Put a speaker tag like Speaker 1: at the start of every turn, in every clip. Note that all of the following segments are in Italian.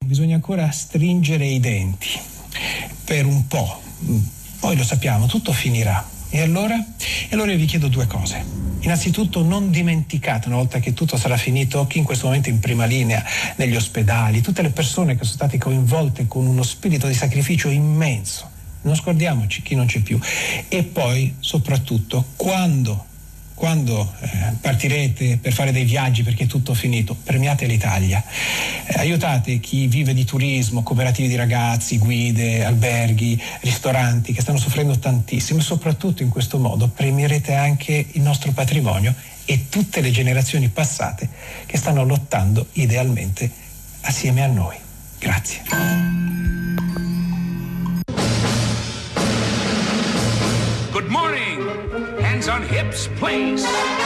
Speaker 1: Bisogna ancora stringere i denti per un po', poi lo sappiamo, tutto finirà. E allora io vi chiedo due cose. Innanzitutto non dimenticate, una volta che tutto sarà finito, chi in questo momento è in prima linea negli ospedali, tutte le persone che sono state coinvolte con uno spirito di sacrificio immenso. Non scordiamoci chi non c'è più. E poi, soprattutto, quando partirete per fare dei viaggi perché è tutto finito, premiate l'Italia, aiutate chi vive di turismo, cooperative di ragazzi, guide, alberghi, ristoranti che stanno soffrendo tantissimo, e soprattutto in questo modo premierete anche il nostro patrimonio e tutte le generazioni passate che stanno lottando idealmente assieme a noi. Grazie.
Speaker 2: Good morning. Hands on hips, please.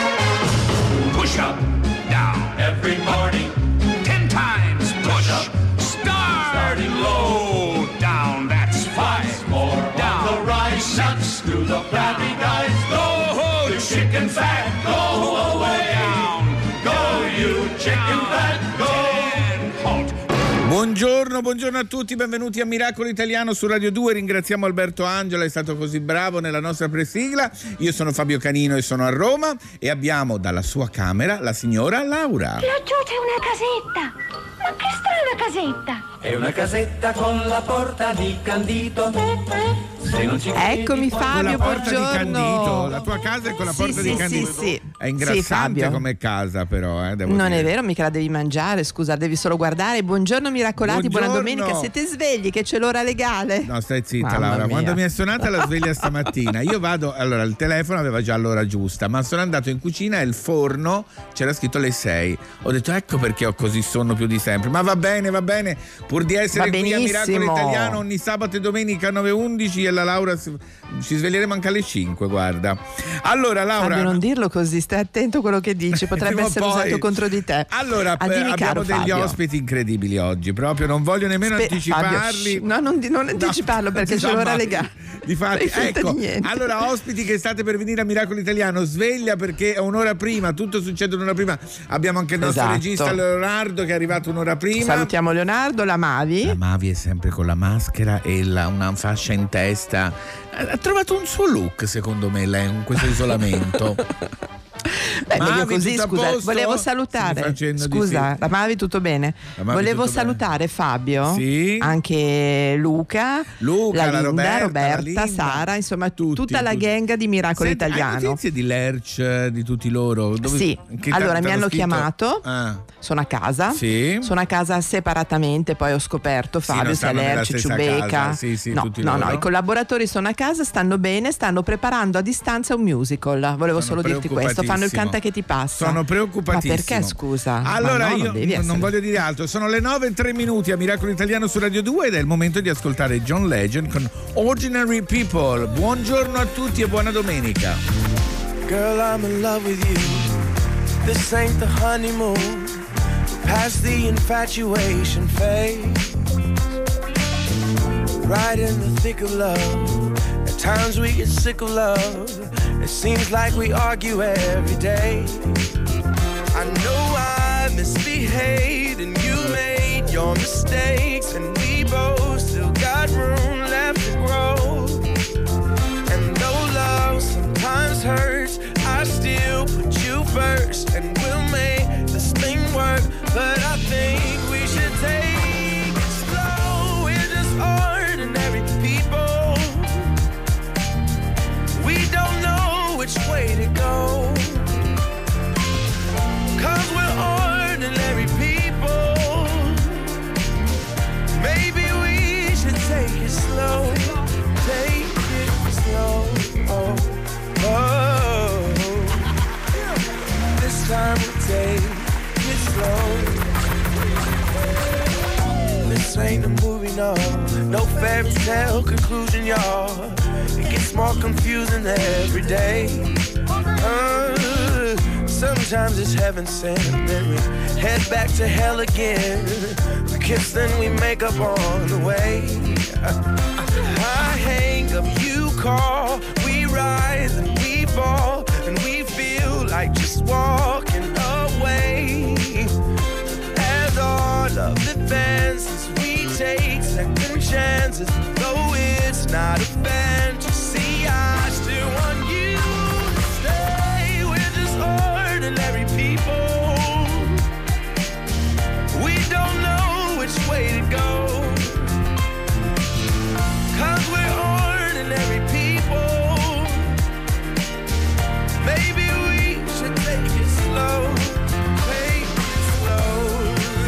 Speaker 2: Push up, down. Every morning. 10 times. Push up. Starting low. Down, that's 5. More down. On the rise. 6. Through the flabby guys. Go, the chicken fat. Go away. Down. Go, you chicken fat. Go. 10. Halt.
Speaker 3: Buongiorno a tutti, benvenuti a Miracolo Italiano su Radio 2. Ringraziamo Alberto Angela, è stato così bravo nella nostra presigla. Io sono Fabio Canino e sono a Roma e abbiamo dalla sua camera la signora Laura.
Speaker 4: Laggiù c'è una casetta. Ma che strana casetta!
Speaker 5: È una casetta con la porta di Candito. Se non ci
Speaker 6: Eccomi Fabio,
Speaker 3: con la porta
Speaker 6: buongiorno.
Speaker 3: di Candito. La tua casa è con la porta di Candito.
Speaker 6: Sì.
Speaker 3: È ingrassante
Speaker 6: Fabio.
Speaker 3: come casa, però, devo
Speaker 6: Non
Speaker 3: dire.
Speaker 6: è vero, mica la devi mangiare, scusa, devi solo guardare. Buongiorno miracolati, buona
Speaker 3: Buongiorno.
Speaker 6: domenica, siete svegli che c'è l'ora legale?
Speaker 3: No, stai zitta,
Speaker 6: Mamma
Speaker 3: Laura.
Speaker 6: mia.
Speaker 3: Quando mi è suonata la sveglia stamattina, io vado, allora il telefono aveva già l'ora giusta, ma sono andato in cucina e il forno c'era scritto le 6. Ho detto ecco perché ho così sonno più di sempre. Ma va bene, pur di essere
Speaker 6: Va
Speaker 3: qui a Miracolo
Speaker 6: benissimo.
Speaker 3: Italiano ogni sabato e domenica alle 9:11 e la Laura ci sveglieremo anche alle 5, guarda. Allora Laura,
Speaker 6: Fabio, non dirlo così, stai attento a quello che dici, potrebbe
Speaker 3: prima o
Speaker 6: essere
Speaker 3: poi-
Speaker 6: usato contro di te.
Speaker 3: Allora,
Speaker 6: Dimmi,
Speaker 3: abbiamo
Speaker 6: caro
Speaker 3: degli
Speaker 6: Fabio.
Speaker 3: ospiti incredibili oggi, proprio non voglio nemmeno anticiparli.
Speaker 6: Fabio, non anticiparlo perché c'è l'ora legale.
Speaker 3: Difatti,
Speaker 6: Fai finta
Speaker 3: ecco,
Speaker 6: di niente.
Speaker 3: allora ospiti che state per venire a Miracolo Italiano, sveglia perché è un'ora prima, tutto succede un'ora prima. Abbiamo anche il nostro
Speaker 6: Esatto.
Speaker 3: regista Leonardo che è arrivato un'ora prima.
Speaker 6: Salutiamo Leonardo, la Mavi.
Speaker 3: La Mavi è sempre con la maschera e una fascia in testa. Ha trovato un suo look, secondo me, lei, in questo isolamento.
Speaker 6: Beh, meglio
Speaker 3: Mavi,
Speaker 6: così,
Speaker 3: tutto a
Speaker 6: scusa,
Speaker 3: posto?
Speaker 6: volevo
Speaker 3: Stai
Speaker 6: salutare.
Speaker 3: facendo di
Speaker 6: Scusa,
Speaker 3: sì.
Speaker 6: la Mavi tutto bene?
Speaker 3: La Mavi
Speaker 6: Volevo
Speaker 3: tutto bene.
Speaker 6: salutare Fabio,
Speaker 3: Sì.
Speaker 6: anche Luca,
Speaker 3: Luca,
Speaker 6: la Linda,
Speaker 3: la
Speaker 6: Roberta,
Speaker 3: Linda.
Speaker 6: Sara, insomma
Speaker 3: Tutti,
Speaker 6: tutta la
Speaker 3: tutti.
Speaker 6: gang di Miracolo
Speaker 3: Senti, hai
Speaker 6: Italiano.
Speaker 3: notizie di Lerch, di tutti loro?
Speaker 6: Sì,
Speaker 3: che
Speaker 6: allora mi
Speaker 3: t'hanno
Speaker 6: hanno
Speaker 3: scritto?
Speaker 6: chiamato,
Speaker 3: Ah,
Speaker 6: sono a casa,
Speaker 3: sì.
Speaker 6: sono a casa separatamente, poi ho scoperto
Speaker 3: Sì,
Speaker 6: Fabio,
Speaker 3: non
Speaker 6: se
Speaker 3: stanno nella
Speaker 6: Lerci,
Speaker 3: stessa
Speaker 6: Ciubecca.
Speaker 3: casa, sì,
Speaker 6: no,
Speaker 3: tutti
Speaker 6: no,
Speaker 3: loro.
Speaker 6: i collaboratori sono a casa, stanno bene, stanno preparando a distanza un musical. Volevo
Speaker 3: Sono
Speaker 6: solo dirti questo, fanno il
Speaker 3: preoccupatissimo.
Speaker 6: canta che ti passa.
Speaker 3: Sono preoccupatissimo.
Speaker 6: Ma perché, scusa?
Speaker 3: Allora
Speaker 6: Ma no,
Speaker 3: io
Speaker 6: non devi essere.
Speaker 3: voglio dire altro. Sono le 9:03 a Miracolo Italiano su Radio 2 ed è il momento di ascoltare John Legend con Ordinary People. Buongiorno a tutti e buona domenica.
Speaker 7: Girl, I'm in love with you. This ain't the honeymoon. Past the infatuation phase. Right in the thick of love. At times we get sick of love. It seems like we argue every day. I know I misbehaved and you made your mistakes, and we both still got room left to grow. And though love sometimes hurts, I still put you first, and we'll make this thing work. But I think we should take it slow. We're just ordinary people. We don't know which way to go, 'cause we're ordinary people. Maybe we should take it slow. Take it slow. Oh, oh. This time we'll take it slow. This ain't a movie, no. No fairy tale conclusion, y'all. It gets more confusing every day. Sometimes it's heaven sent, then we head back to hell again. We kiss, then we make up on the way. I hang up, you call. We rise and we fall, and we feel like just walking away. As all love advances. We take second chances, though it's not a fantasy. I still want you to stay. We're just ordinary people. We don't know which way to go, 'cause we're ordinary people. Maybe we should take it slow. Take it slow.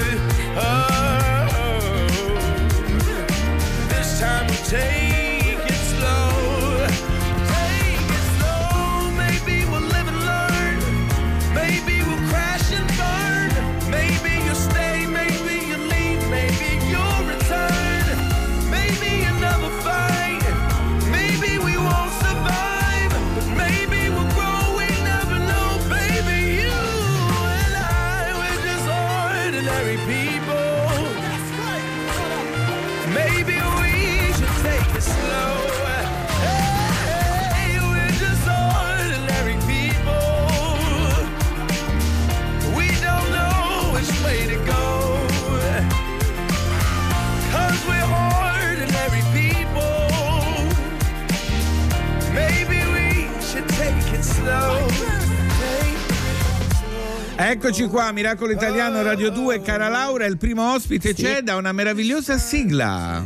Speaker 7: Oh, this time we'll take it slow. Take it slow. Maybe we'll live and learn. Maybe we'll crash and burn. Maybe you'll stay, maybe you'll leave, maybe you'll return. Maybe another fight. Maybe we won't survive, but maybe we'll grow. We never know, baby. You and I, we're just ordinary people. Maybe we should take it slow. Hey, we're just ordinary people. We don't know which way to go, 'cause we're ordinary people. Maybe we should take it slow.
Speaker 3: Eccoci qua, Miracolo Italiano, Radio 2, cara Laura, il primo ospite c'è da una meravigliosa sigla.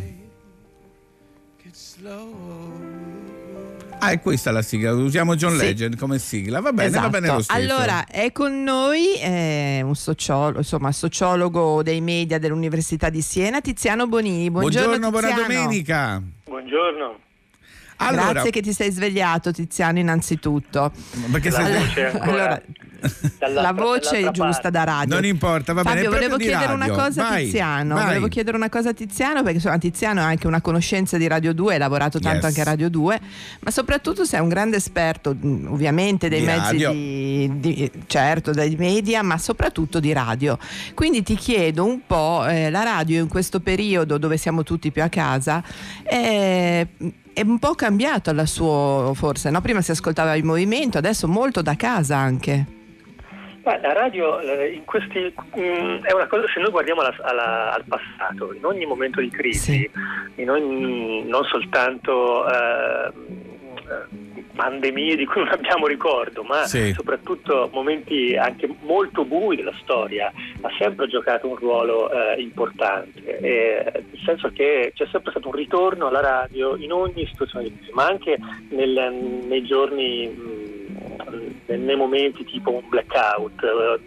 Speaker 3: Ah, è questa la sigla, usiamo John Legend come sigla, va bene, va bene lo stesso.
Speaker 6: Allora, è con noi un sociologo dei media dell'Università di Siena, Tiziano Bonini. Buongiorno
Speaker 3: buona
Speaker 6: Tiziano.
Speaker 3: domenica.
Speaker 8: Buongiorno.
Speaker 3: Allora,
Speaker 6: Grazie che ti sei svegliato, Tiziano, innanzututto.
Speaker 3: perché
Speaker 8: La voce è ancora
Speaker 6: la voce è giusta
Speaker 8: parte.
Speaker 6: da radio.
Speaker 3: non importa, va bene.
Speaker 6: Fabio,
Speaker 3: è proprio
Speaker 6: volevo
Speaker 3: di
Speaker 6: chiedere
Speaker 3: radio.
Speaker 6: una cosa a
Speaker 3: Vai,
Speaker 6: Tiziano.
Speaker 3: vai.
Speaker 6: Volevo chiedere una cosa a Tiziano, perché insomma Tiziano è anche una conoscenza di Radio 2, hai lavorato tanto
Speaker 3: Yes.
Speaker 6: anche a Radio 2, ma soprattutto sei un grande esperto, ovviamente, dei
Speaker 3: Di
Speaker 6: mezzi
Speaker 3: radio.
Speaker 6: certo, dei media, ma soprattutto di radio. Quindi ti chiedo un po', la radio in questo periodo dove siamo tutti più a casa è un po' cambiato alla sua, forse, no? Prima si ascoltava il movimento, adesso molto da casa anche.
Speaker 8: Ma la radio in questi è una cosa, se noi guardiamo al passato, in ogni momento di crisi, non soltanto pandemie di cui non abbiamo ricordo, ma soprattutto momenti anche molto bui della storia, ha sempre giocato un ruolo importante, nel senso che c'è sempre stato un ritorno alla radio in ogni situazione di crisi, ma anche nei giorni, nei momenti tipo un blackout,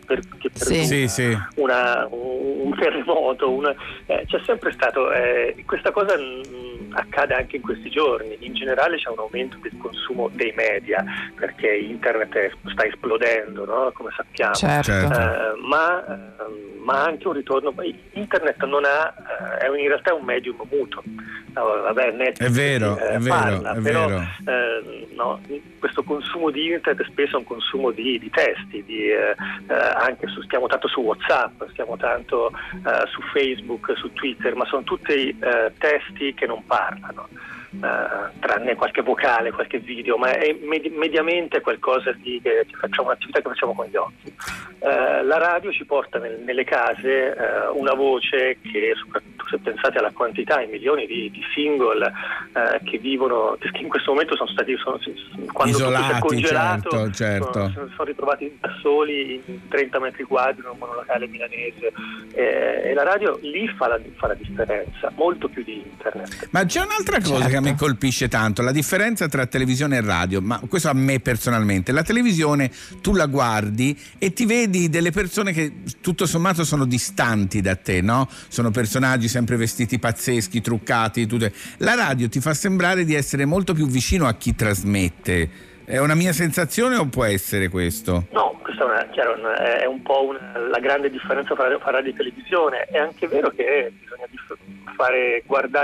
Speaker 8: un terremoto, c'è sempre stato questa cosa. Accade anche in questi giorni. In generale c'è un aumento del consumo dei media, perché internet sta esplodendo, no? Come sappiamo.
Speaker 6: Certo.
Speaker 8: Ma anche un ritorno. Internet non è in realtà un medium muto. Vabbè, Netflix,
Speaker 3: è vero,
Speaker 8: parla,
Speaker 3: è
Speaker 8: però
Speaker 3: vero.
Speaker 8: no, questo consumo di internet spesso è un consumo di testi, anche stiamo tanto su WhatsApp, stiamo tanto su Facebook, su Twitter, ma sono tutti testi che non parlano, tranne qualche vocale, qualche video, ma è mediamente qualcosa che facciamo, un'attività che facciamo con gli occhi. La radio ci porta nelle case una voce che, soprattutto se pensate alla quantità, ai milioni di single che vivono, che in questo momento sono stati quando
Speaker 3: isolati,
Speaker 8: tutto si è congelato,
Speaker 3: certo.
Speaker 8: sono ritrovati da soli in 30 metri quadri in un monolocale milanese, e la radio lì fa la differenza, molto più di internet.
Speaker 3: Ma c'è un'altra cosa che a me colpisce tanto, la differenza tra televisione e radio, ma questo a me personalmente. La televisione tu la guardi e ti vedi delle persone che tutto sommato sono distanti da te, no? Sono personaggi sempre vestiti pazzeschi, truccati, La radio ti fa sembrare di essere molto più vicino a chi trasmette. È una mia sensazione o può essere questo?
Speaker 8: No, questa è un po' la grande differenza fra radio e televisione. È anche vero che bisogna guardare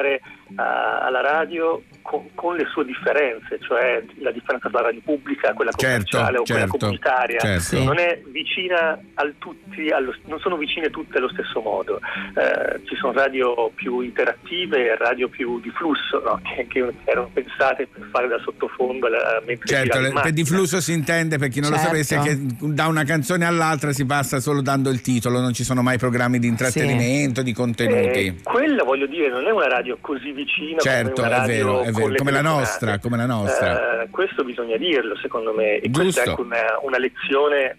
Speaker 8: alla radio con le sue differenze, cioè la differenza tra la radio pubblica, quella commerciale o quella comunitaria, non è vicina non sono vicine tutte allo stesso modo. Ci sono radio più interattive e radio più di flusso, no? che erano pensate per fare da sottofondo
Speaker 3: per di flusso si intende, per chi non lo sapesse, che da una canzone all'altra si passa solo dando il titolo, non ci sono mai programmi di intrattenimento, di contenuti.
Speaker 8: Quella, voglio dire, non è una radio così vicina,
Speaker 3: certo,
Speaker 8: come una radio
Speaker 3: è vero, come la nostra.
Speaker 8: Questo bisogna dirlo, secondo me, e
Speaker 3: Giusto.
Speaker 8: questa è anche una lezione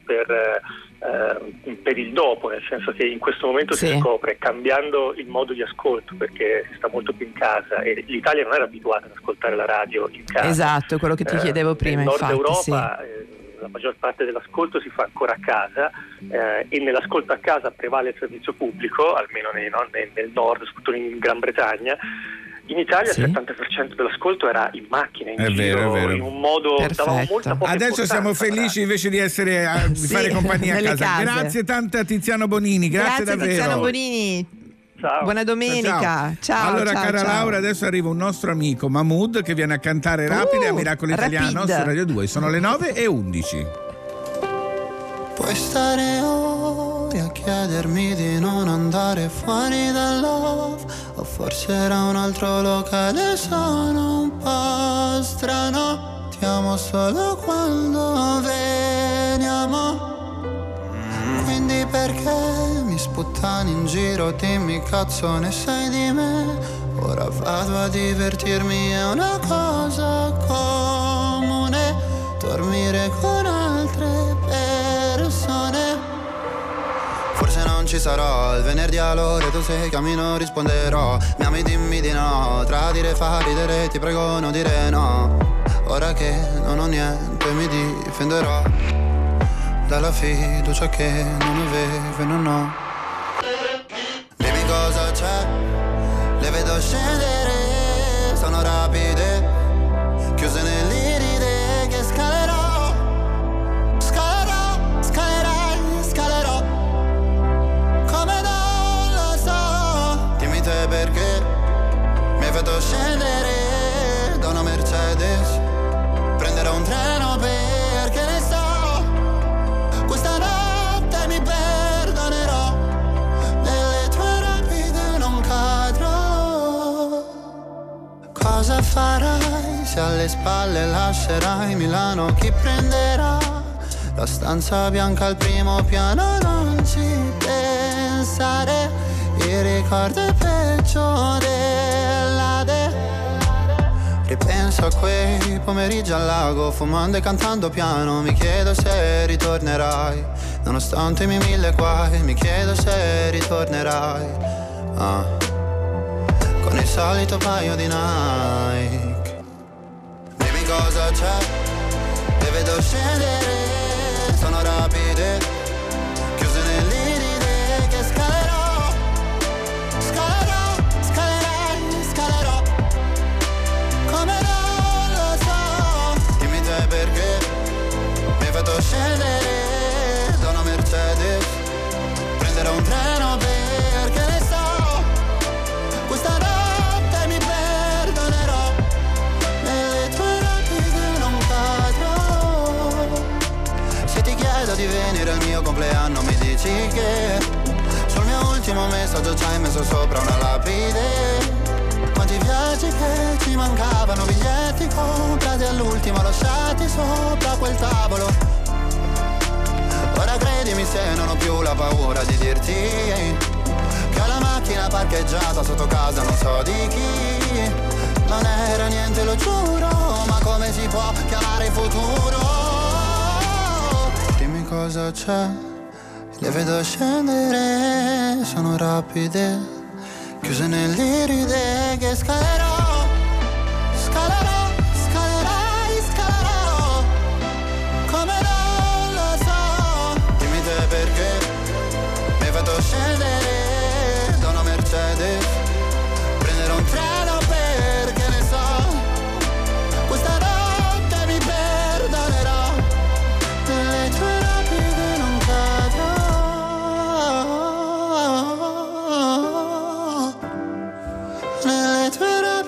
Speaker 8: per il dopo, nel senso che in questo momento si scopre, cambiando il modo di ascolto, perché si sta molto più in casa e l'Italia non era abituata ad ascoltare la radio in casa.
Speaker 6: Esatto, quello che ti chiedevo prima.
Speaker 8: Nel
Speaker 6: infatti,
Speaker 8: Nord Europa la maggior parte dell'ascolto si fa ancora a casa, e nell'ascolto a casa prevale il servizio pubblico, almeno nel nord, soprattutto in Gran Bretagna. In Italia il 70% dell'ascolto era in macchina, in giro,
Speaker 3: vero.
Speaker 8: in un modo davamo molta poca
Speaker 3: Adesso siamo felici invece di fare compagnia a casa.
Speaker 6: Case.
Speaker 3: Grazie tante a Tiziano Bonini, grazie davvero.
Speaker 6: Tiziano Bonini.
Speaker 8: Ciao.
Speaker 6: Buona domenica. Ciao.
Speaker 3: Allora,
Speaker 6: ciao,
Speaker 3: cara Laura, adesso arriva un nostro amico Mahmood che viene a cantare Rapide a Miracolo Italiano su Radio 2. Sono le 9:11.
Speaker 9: Puoi stare ore a chiedermi di non andare fuori dal love, o forse era un altro locale, sono un po' strano, ti amo solo quando veniamo. Quindi perché mi sputtani in giro, dimmi cazzo ne sai di me. Ora vado a divertirmi, è una cosa comune, dormire con altre persone. Forse non ci sarò il venerdì all'ore, tu se chiami non risponderò. Mi ami dimmi di no, tradire fa ridere, ti prego non dire no. Ora che non ho niente mi difenderò dalla fiducia che non avevo e non ho. Dimmi cosa c'è, le vedo scendere, sono rapide, chiuse nell'iride che scalerò, scalerò, come non lo so. Dimmi te perché mi hai fatto scendere da una Mercedes, prenderò un treno perché ne so. Questa notte mi perdonerò, nelle tue rapide non cadrò. Cosa farai se alle spalle lascerai Milano? Chi prenderà la stanza bianca al primo piano? Non ci pensare, il ricordo è peggio dell'Ade. Ripenso a quei pomeriggi al lago, fumando e cantando piano. Mi chiedo se ritornerai, nonostante i miei mille guai. Mi chiedo se ritornerai, con il solito paio di Nike. Dimmi cosa c'è, le vedo scendere, sono rapide, chiuse nell'iride che scalerò, scalerò, come non lo so. Dimmi te perché mi hai fatto scendere da una Mercedes, prenderò un treno perché ne so. Questa notte mi perdonerò, nelle tue rapide non cadrò. Se ti chiedo di venire al mio compleanno mi dici che sul mio ultimo messaggio ci hai messo sopra una lapide. Quanti viaggi che ci mancavano, biglietti comprati all'ultimo, lasciati sopra quel tavolo. Ora credimi se non ho più la paura di dirti che ho la macchina parcheggiata sotto casa non so di chi. Non era niente, lo giuro, ma come si può chiamare futuro? Dimmi cosa c'è, le vedo scendere, sono rapide, chiuse nell'iride che scalerò, come non lo so. Dimmi te perché mi hai fatto scendere da una Mercedes, prenderò un treno perché ne so. Questa notte mi perdonerò, nelle tue rapide non cadrò, nelle tue rapide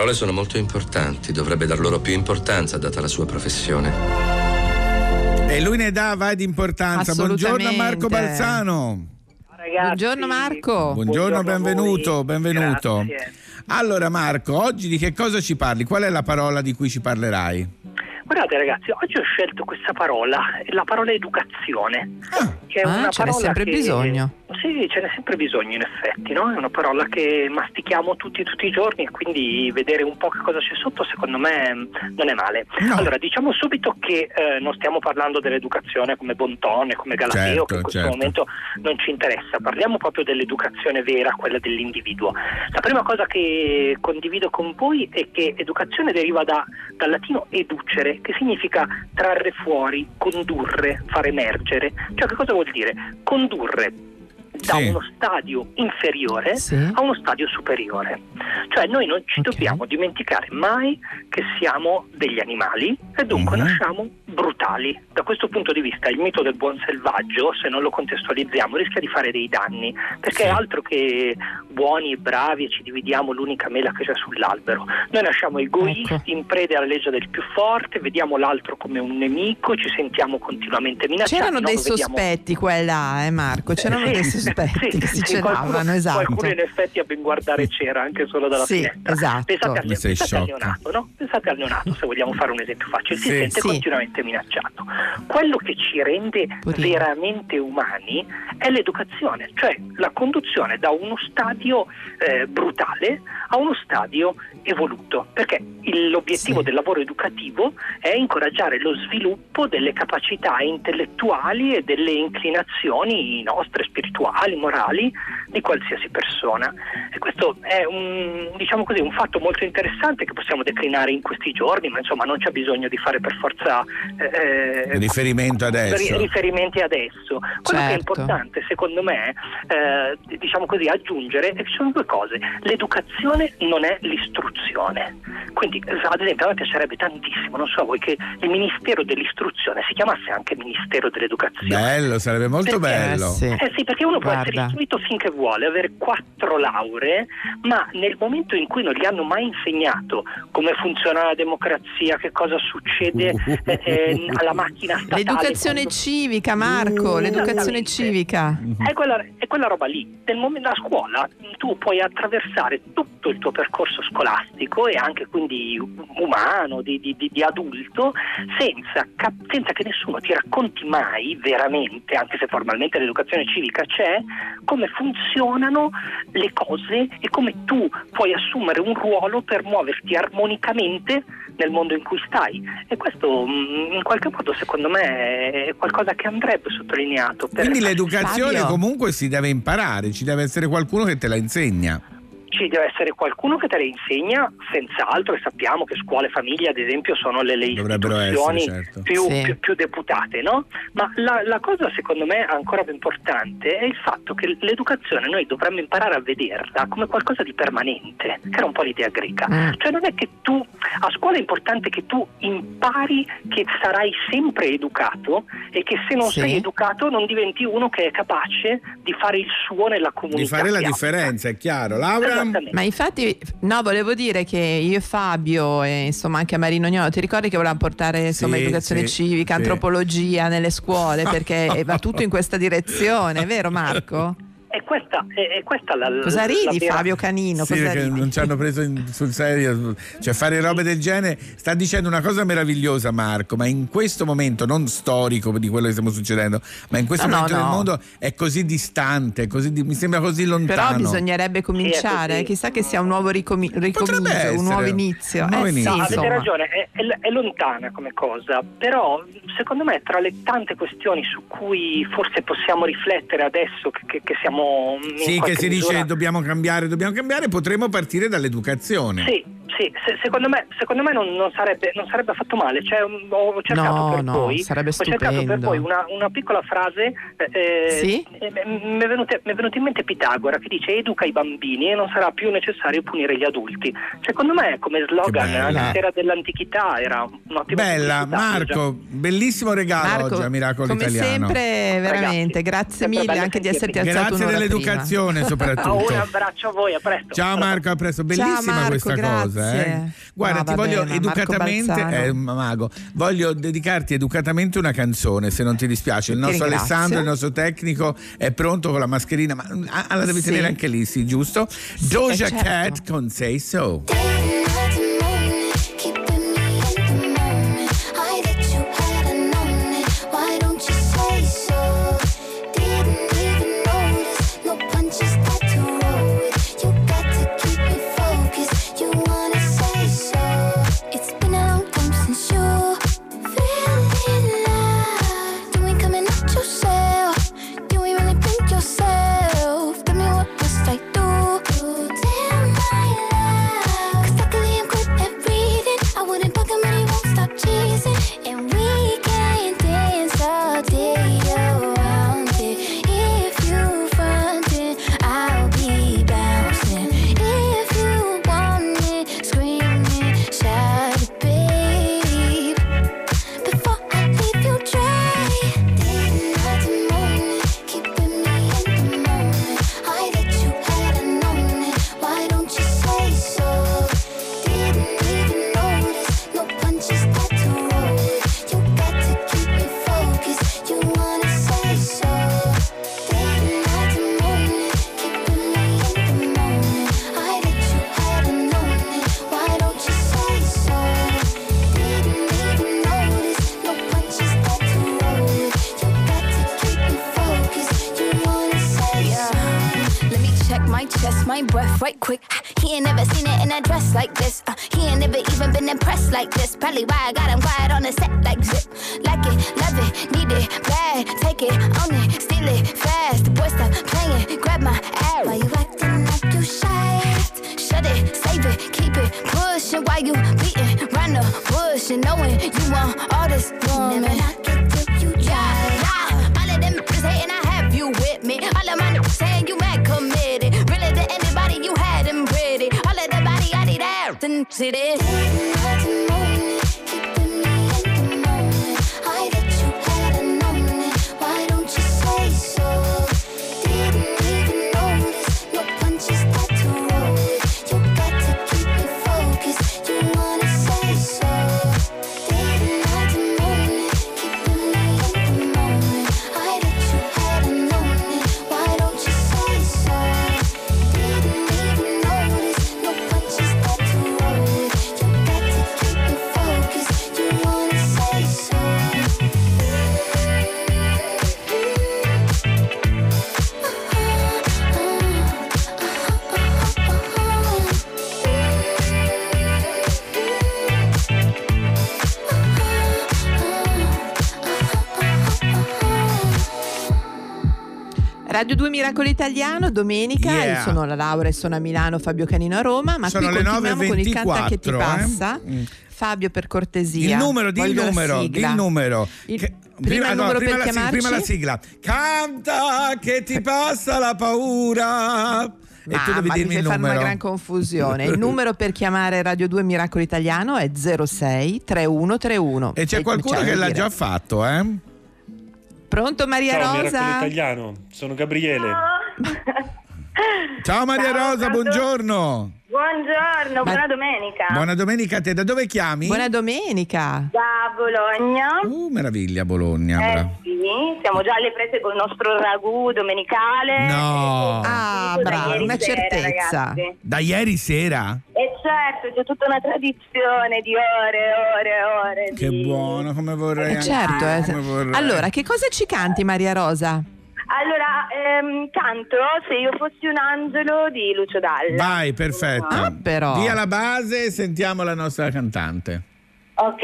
Speaker 10: parole sono molto importanti, dovrebbe dar loro più importanza data la sua professione.
Speaker 3: E lui ne dà, vai di importanza. Buongiorno Marco Balzano.
Speaker 11: Ragazzi,
Speaker 6: buongiorno Marco.
Speaker 3: Buongiorno, benvenuto.
Speaker 11: Grazie.
Speaker 3: Allora Marco, oggi di che cosa ci parli? Qual è la parola di cui ci parlerai?
Speaker 11: Guardate ragazzi, oggi ho scelto questa parola, la parola educazione, che è una
Speaker 6: ce n'è
Speaker 11: parola
Speaker 6: sempre bisogno.
Speaker 11: Sì, ce n'è sempre bisogno in effetti, no? È una parola che mastichiamo tutti i giorni, e quindi vedere un po' che cosa c'è sotto secondo me non è male.
Speaker 3: No.
Speaker 11: Allora, diciamo subito che non stiamo parlando dell'educazione come Bontone, come Galateo, che in questo momento non ci interessa, parliamo proprio dell'educazione vera, quella dell'individuo. La prima cosa che condivido con voi è che educazione deriva dal latino educere, che significa trarre fuori, condurre, far emergere. Cioè, che cosa vuol dire? Condurre da uno stadio inferiore a uno stadio superiore. Cioè noi non ci dobbiamo dimenticare mai che siamo degli animali e dunque nasciamo brutali. Da questo punto di vista il mito del buon selvaggio, se non lo contestualizziamo, rischia di fare dei danni, perché è altro che buoni e bravi e ci dividiamo l'unica mela che c'è sull'albero. Noi nasciamo egoisti, in preda alla legge del più forte, vediamo l'altro come un nemico, ci sentiamo continuamente minacciati.
Speaker 6: C'erano dei sospetti qua e là, Marco, c'erano dei sospetti che si celavano, esatto.
Speaker 11: Qualcuno in effetti a ben guardare c'era anche solo dalla finestra.
Speaker 6: Esatto.
Speaker 11: Pensate al neonato, no? Pensate al neonato, se vogliamo fare un esempio facile, si sente continuamente minacciato. Quello che ci rende veramente umani è l'educazione, cioè la conduzione da uno stadio brutale a uno stadio evoluto, perché l'obiettivo del lavoro educativo è incoraggiare lo sviluppo delle capacità intellettuali e delle inclinazioni nostre spirituali, morali di qualsiasi persona. E questo è un fatto molto interessante che possiamo declinare in questi giorni, ma insomma non c'è bisogno di fare per forza
Speaker 3: riferimenti adesso.
Speaker 11: Quello che è importante secondo me aggiungere è che ci sono due cose: l'educazione non è l'istruzione. Quindi ad esempio a me piacerebbe tantissimo, non so voi, che il Ministero dell'istruzione si chiamasse anche Ministero dell'educazione.
Speaker 3: Bello, sarebbe molto bello.
Speaker 11: Sì, perché uno può essere istruito finché vuole, avere 4 lauree, ma nel momento in cui non gli hanno mai insegnato come funziona la democrazia, che cosa succede alla macchina statale.
Speaker 6: L'educazione civica, Marco, l'educazione civica.
Speaker 11: È quella roba lì. Nel momento a scuola tu puoi attraversare tutto il tuo percorso scolastico e anche quindi umano, di adulto, senza che nessuno ti racconti mai veramente, anche se formalmente l'educazione civica c'è, come funzionano le cose e come tu puoi assumere un ruolo per muoverti armonicamente nel mondo in cui stai. E questo in qualche modo secondo me è qualcosa che andrebbe sottolineato.
Speaker 3: Quindi l'educazione comunque si deve imparare, ci deve essere qualcuno che te la insegna.
Speaker 11: Ci deve essere qualcuno che te le insegna, senz'altro, e sappiamo che scuole e famiglie ad esempio sono le istituzioni più deputate, no? Ma la cosa secondo me ancora più importante è il fatto che l'educazione noi dovremmo imparare a vederla come qualcosa di permanente, che era un po' l'idea greca. Cioè non è che tu, a scuola è importante che tu impari che sarai sempre educato e che se non sei educato non diventi uno che è capace di fare il suo nella comunità.
Speaker 3: Di fare la differenza, è chiaro. Laura?
Speaker 6: Ma infatti, volevo dire che io e Fabio e insomma anche Marino Gnolo, ti ricordi che volevamo portare educazione civica, antropologia nelle scuole, perché va tutto in questa direzione, vero Marco?
Speaker 11: È questa la
Speaker 6: cosa ridi,
Speaker 11: la
Speaker 6: Fabio Canino?
Speaker 3: Sì, perché non ci hanno preso sul serio, cioè fare robe del genere. Sta dicendo una cosa meravigliosa Marco, ma in questo momento non storico di quello che stiamo succedendo, ma in questo momento del mondo è così distante, mi sembra così lontano.
Speaker 6: Però bisognerebbe cominciare, chissà che sia un nuovo ricomincio, un nuovo inizio.
Speaker 11: Avete ragione, è lontana come cosa, però secondo me tra le tante questioni su cui forse possiamo riflettere adesso che siamo
Speaker 3: che si dice dobbiamo cambiare, potremmo partire dall'educazione.
Speaker 11: Secondo me non sarebbe affatto male. Cioè, ho cercato per voi una piccola frase. Mi è venuto in mente Pitagora che dice: educa i bambini e non sarà più necessario punire gli adulti. Secondo me come slogan all'era dell'antichità era un'ottima.
Speaker 3: Bella, Marco, bellissimo regalo oggi a Miracolo
Speaker 6: come
Speaker 3: Italiano.
Speaker 6: Come sempre, veramente, grazie mille anche di esserti alzato
Speaker 3: dell'educazione soprattutto.
Speaker 11: Un abbraccio a voi, a presto.
Speaker 3: Ciao Marco, a presto. Bellissima questa cosa,
Speaker 6: Grazie.
Speaker 3: Guarda, ti voglio educatamente, Mago, voglio dedicarti educatamente una canzone, se non ti dispiace. Il nostro Alessandro, il nostro tecnico, è pronto con la mascherina, ma la devi tenere anche lì, sì, giusto? Doja Cat con Say So.
Speaker 12: my breath right quick. He ain't never seen it in a dress like this. He ain't never even been impressed like this. Probably why I got him quiet on the set like zip. Like it, love it, need it, bad. Take it, own it, steal it, fast. The boy stop playing, grab my ass. Why you acting like you shy? Shut it, save it, keep it pushing. Why you beating round the bush and knowing you want all this woman? Never knock it till you try. All of them niggas hating, I have you with me. All of my niggas saying you mad committed. Really to anybody you had them pretty. All of the body I need out and see this.
Speaker 6: Radio 2 Miracolo Italiano, domenica, io sono la Laura e sono a Milano, Fabio Canino a Roma, ma
Speaker 3: sono
Speaker 6: qui
Speaker 3: le
Speaker 6: continuiamo
Speaker 3: 9:24,
Speaker 6: con il Canta che ti passa. Fabio, per cortesia.
Speaker 3: Il numero.
Speaker 6: Prima
Speaker 3: la sigla. Canta che ti passa la paura. E tu devi dirmi il numero.
Speaker 6: Fare una gran confusione. Il numero per chiamare Radio 2 Miracolo Italiano è 06 3131.
Speaker 3: E c'è qualcuno che l'ha già fatto,
Speaker 6: Pronto, Maria
Speaker 13: Ciao,
Speaker 6: Rosa?
Speaker 13: Miracolo Italiano, sono Gabriele.
Speaker 3: Ciao Maria Rosa, buongiorno.
Speaker 14: Buongiorno, buona domenica.
Speaker 3: Buona domenica a te, da dove chiami?
Speaker 6: Buona domenica.
Speaker 14: Da Bologna.
Speaker 3: Meraviglia, Bologna.
Speaker 14: Sì, siamo già alle prese col nostro ragù domenicale.
Speaker 3: No.
Speaker 6: Bravo, una certezza.
Speaker 14: Ragazzi.
Speaker 3: Da ieri sera?
Speaker 14: Certo, c'è tutta una tradizione di ore.
Speaker 3: Che buono, come vorrei.
Speaker 6: Certo,
Speaker 3: come vorrei.
Speaker 6: Allora, che cosa ci canti, Maria Rosa?
Speaker 14: Allora, canto Se io fossi un angelo di Lucio Dalla.
Speaker 3: Vai, perfetto.
Speaker 6: Però.
Speaker 3: Via la base e sentiamo la nostra cantante.
Speaker 14: Ok.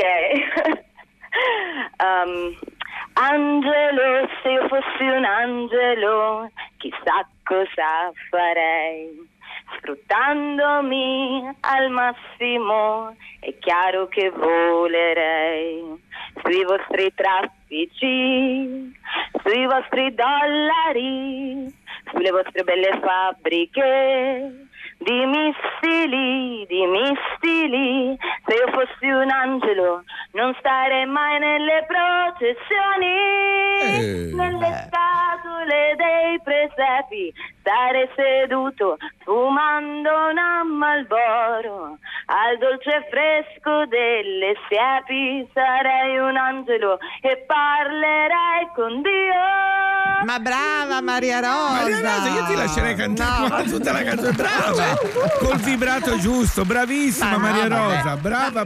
Speaker 14: Angelo, se io fossi un angelo, chissà cosa farei. Sfruttandomi al massimo, è chiaro che volerei sui vostri traffici, sui vostri dollari, sulle vostre belle fabbriche di missili. Se io fossi un angelo non stare mai nelle processioni, nelle scatole dei presepi, stare seduto fumando una Marlboro al dolce fresco delle siepi. Sarei un angelo e parlerei con Dio.
Speaker 6: Ma brava Maria Rosa!
Speaker 3: Maria Rosa, io ti lascerei cantare tutta la canzone. Brava! Col vibrato giusto, bravissima Maria Rosa, brava.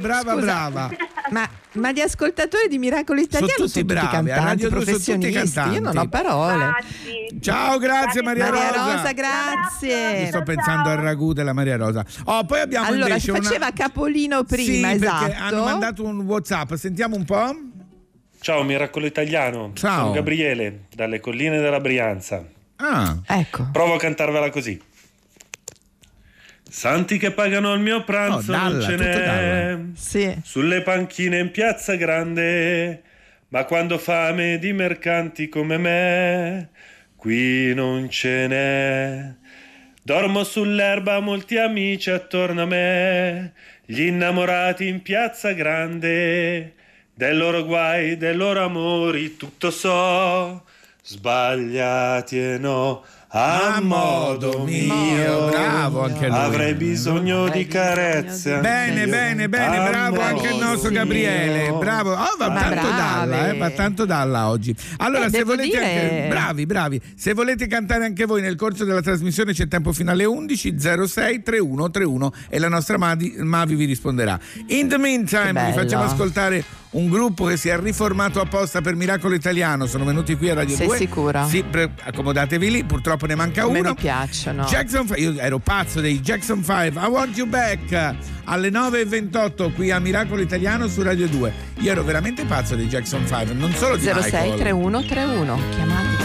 Speaker 6: Ma gli ascoltatori di Miracolo Italiano sono tutti bravi, cantanti, professionisti. Io non ho parole.
Speaker 3: Ciao, grazie Maria
Speaker 6: Rosa, grazie.
Speaker 3: Io sto pensando al ragù della Maria Rosa. Poi abbiamo
Speaker 6: allora
Speaker 3: invece
Speaker 6: si faceva capolino prima,
Speaker 3: sì,
Speaker 6: esatto.
Speaker 3: Perché hanno mandato un WhatsApp, sentiamo un po'.
Speaker 13: Ciao Miracolo Italiano,
Speaker 3: ciao.
Speaker 13: Sono Gabriele dalle colline della Brianza.
Speaker 6: Ecco.
Speaker 13: Provo a cantarvela così. Santi che pagano il mio pranzo, non ce n'è,
Speaker 6: sì.
Speaker 13: Sulle panchine in Piazza Grande, ma quando fame di mercanti come me, qui non ce n'è. Dormo sull'erba, molti amici attorno a me, gli innamorati in Piazza Grande, dei loro guai, dei loro amori, tutto so, sbagliati e no. A modo mio,
Speaker 3: bravo anche lui.
Speaker 13: Avrei bisogno di carezze.
Speaker 3: Bene, bravo anche il nostro Gabriele. Bravo, va tanto dalla oggi. Allora, se volete bravi. Se volete cantare anche voi nel corso della trasmissione c'è tempo fino alle 11 06 31 31 e la nostra Mavi vi risponderà. In the meantime, vi facciamo ascoltare un gruppo che si è riformato apposta per Miracolo Italiano. Sono venuti qui a Radio 2.
Speaker 6: Sei sicuro?
Speaker 3: Sì, accomodatevi lì, purtroppo ne manca uno.
Speaker 6: Mi piacciono.
Speaker 3: Jackson 5, io ero pazzo dei Jackson 5. I Want You Back alle 9:28 qui a Miracolo Italiano su Radio 2. Io ero veramente pazzo dei Jackson 5, non solo di
Speaker 6: 06
Speaker 3: Michael.
Speaker 6: 3131. Chiamate.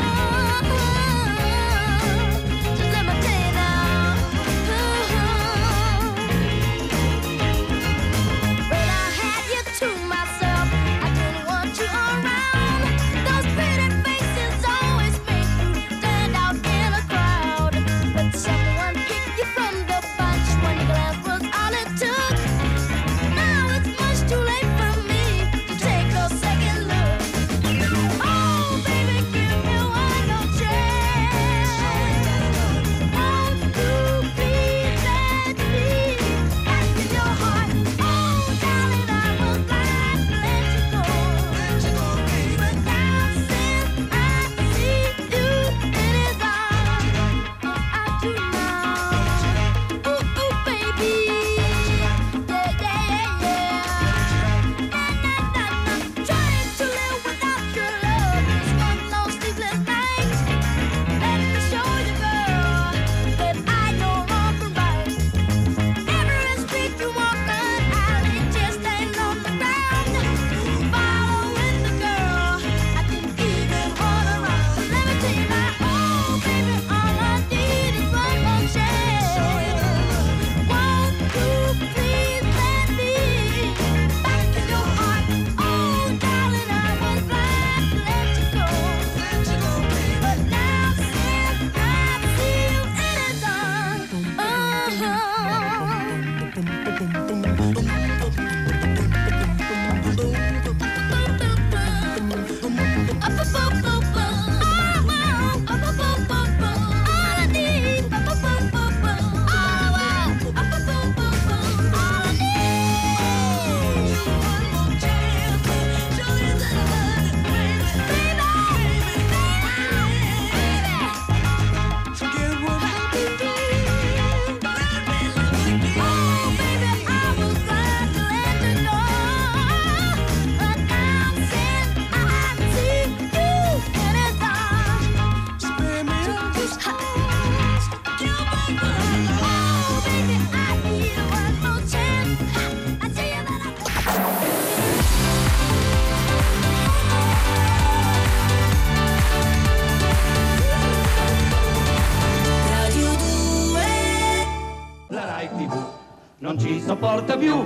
Speaker 5: Non ci sopporta più,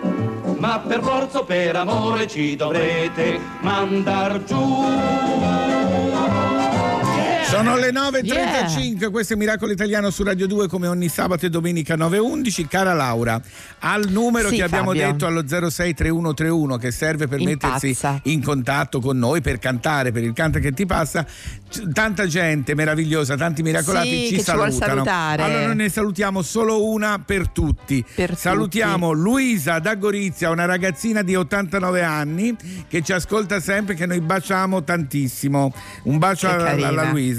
Speaker 5: ma per forza o per amore ci dovrete mandar giù.
Speaker 3: Sono le 9.35, questo è Miracolo Italiano su Radio 2 come ogni sabato e domenica 9.11. Cara Laura, al numero che abbiamo detto, allo 063131, che serve per mettersi in contatto con noi, per cantare, per il Canta che ti passa, tanta gente meravigliosa, tanti miracolati ci salutano. Allora noi ne salutiamo solo una per tutti. Salutiamo Luisa da Gorizia, una ragazzina di 89 anni che ci ascolta sempre, che noi baciamo tantissimo. Un bacio alla Luisa.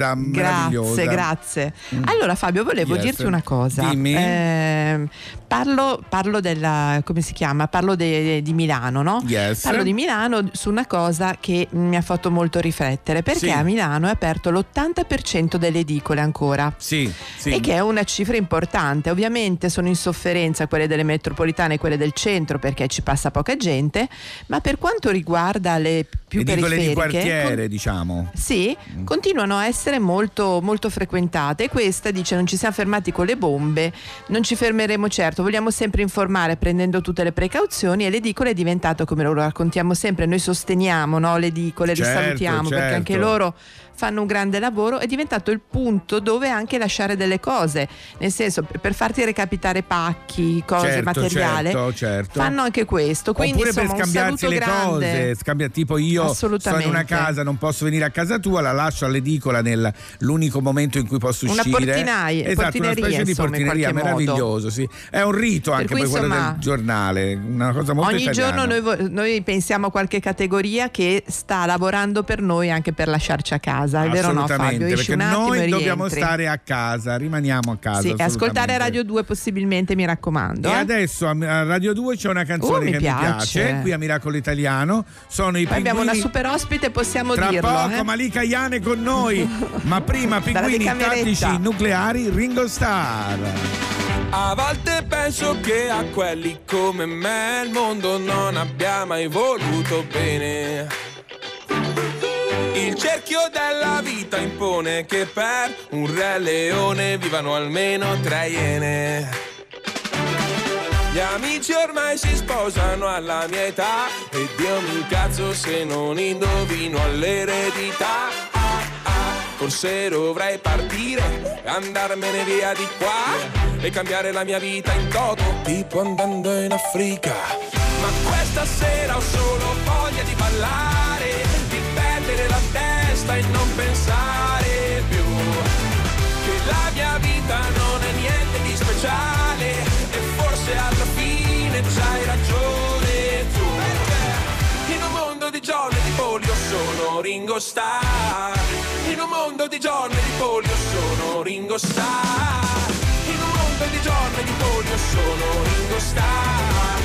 Speaker 6: Grazie. Allora Fabio, volevo dirti una cosa.
Speaker 3: Dimmi.
Speaker 6: Parlo della, come si chiama? Parlo di Milano, no? Parlo di Milano su una cosa che mi ha fatto molto riflettere, perché a Milano è aperto l'80% delle edicole ancora. E che è una cifra importante. Ovviamente sono in sofferenza quelle delle metropolitane e quelle del centro, perché ci passa poca gente, ma per quanto riguarda le più periferiche,
Speaker 3: di quartiere, diciamo.
Speaker 6: Continuano a essere molto, molto frequentate. E questa dice: non ci siamo fermati con le bombe, non ci fermeremo certo, vogliamo sempre informare prendendo tutte le precauzioni, e l'edicola è diventato, come lo raccontiamo sempre, noi sosteniamo, no, le edicole, li salutiamo perché anche loro fanno un grande lavoro, è diventato il punto dove anche lasciare delle cose, nel senso, per farti recapitare pacchi, cose, materiale, fanno anche questo. Quindi
Speaker 3: oppure
Speaker 6: insomma,
Speaker 3: per scambiarsi le cose, tipo io sto in una casa, non posso venire a casa tua, la lascio all'edicola nell'unico momento in cui posso uscire.
Speaker 6: Una portineria,
Speaker 3: una specie di portineria, meraviglioso, è un rito anche per quello del giornale, una cosa molto
Speaker 6: ogni
Speaker 3: italiana.
Speaker 6: giorno noi pensiamo a qualche categoria che sta lavorando per noi, anche per lasciarci a casa. È vero, no Fabio? Esci
Speaker 3: perché
Speaker 6: un attimo
Speaker 3: noi
Speaker 6: e
Speaker 3: dobbiamo
Speaker 6: rientri.
Speaker 3: stare a casa, rimaniamo a casa.
Speaker 6: Ascoltare Radio 2 possibilmente, mi raccomando.
Speaker 3: E adesso a Radio 2 c'è una canzone che mi piace, qui a Miracolo Italiano, sono i Pinguini.
Speaker 6: Abbiamo una super ospite, possiamo
Speaker 3: tra
Speaker 6: dirlo.
Speaker 3: Tra poco Malika Ayane con noi, ma prima Pinguini Tattici Nucleari, Ringo Starr.
Speaker 7: A volte penso che a quelli come me il mondo non abbia mai voluto bene. Il cerchio della vita impone che per un re leone vivano almeno 3 iene. Gli amici ormai si sposano alla mia età ed io mi incazzo se non indovino all'eredità. Forse dovrei partire, andarmene via di qua e cambiare la mia vita in toto, tipo andando in Africa. Ma questa sera ho solo voglia di ballare, di perdere la testa e non pensare più che la mia vita non è niente di speciale e forse alla fine c'hai ragione tu. In un mondo di John e di Paul io sono Ringo Starr. In un mondo di John e di Paul io sono Ringo Starr. In un mondo di John e di Paul io sono Ringo Starr.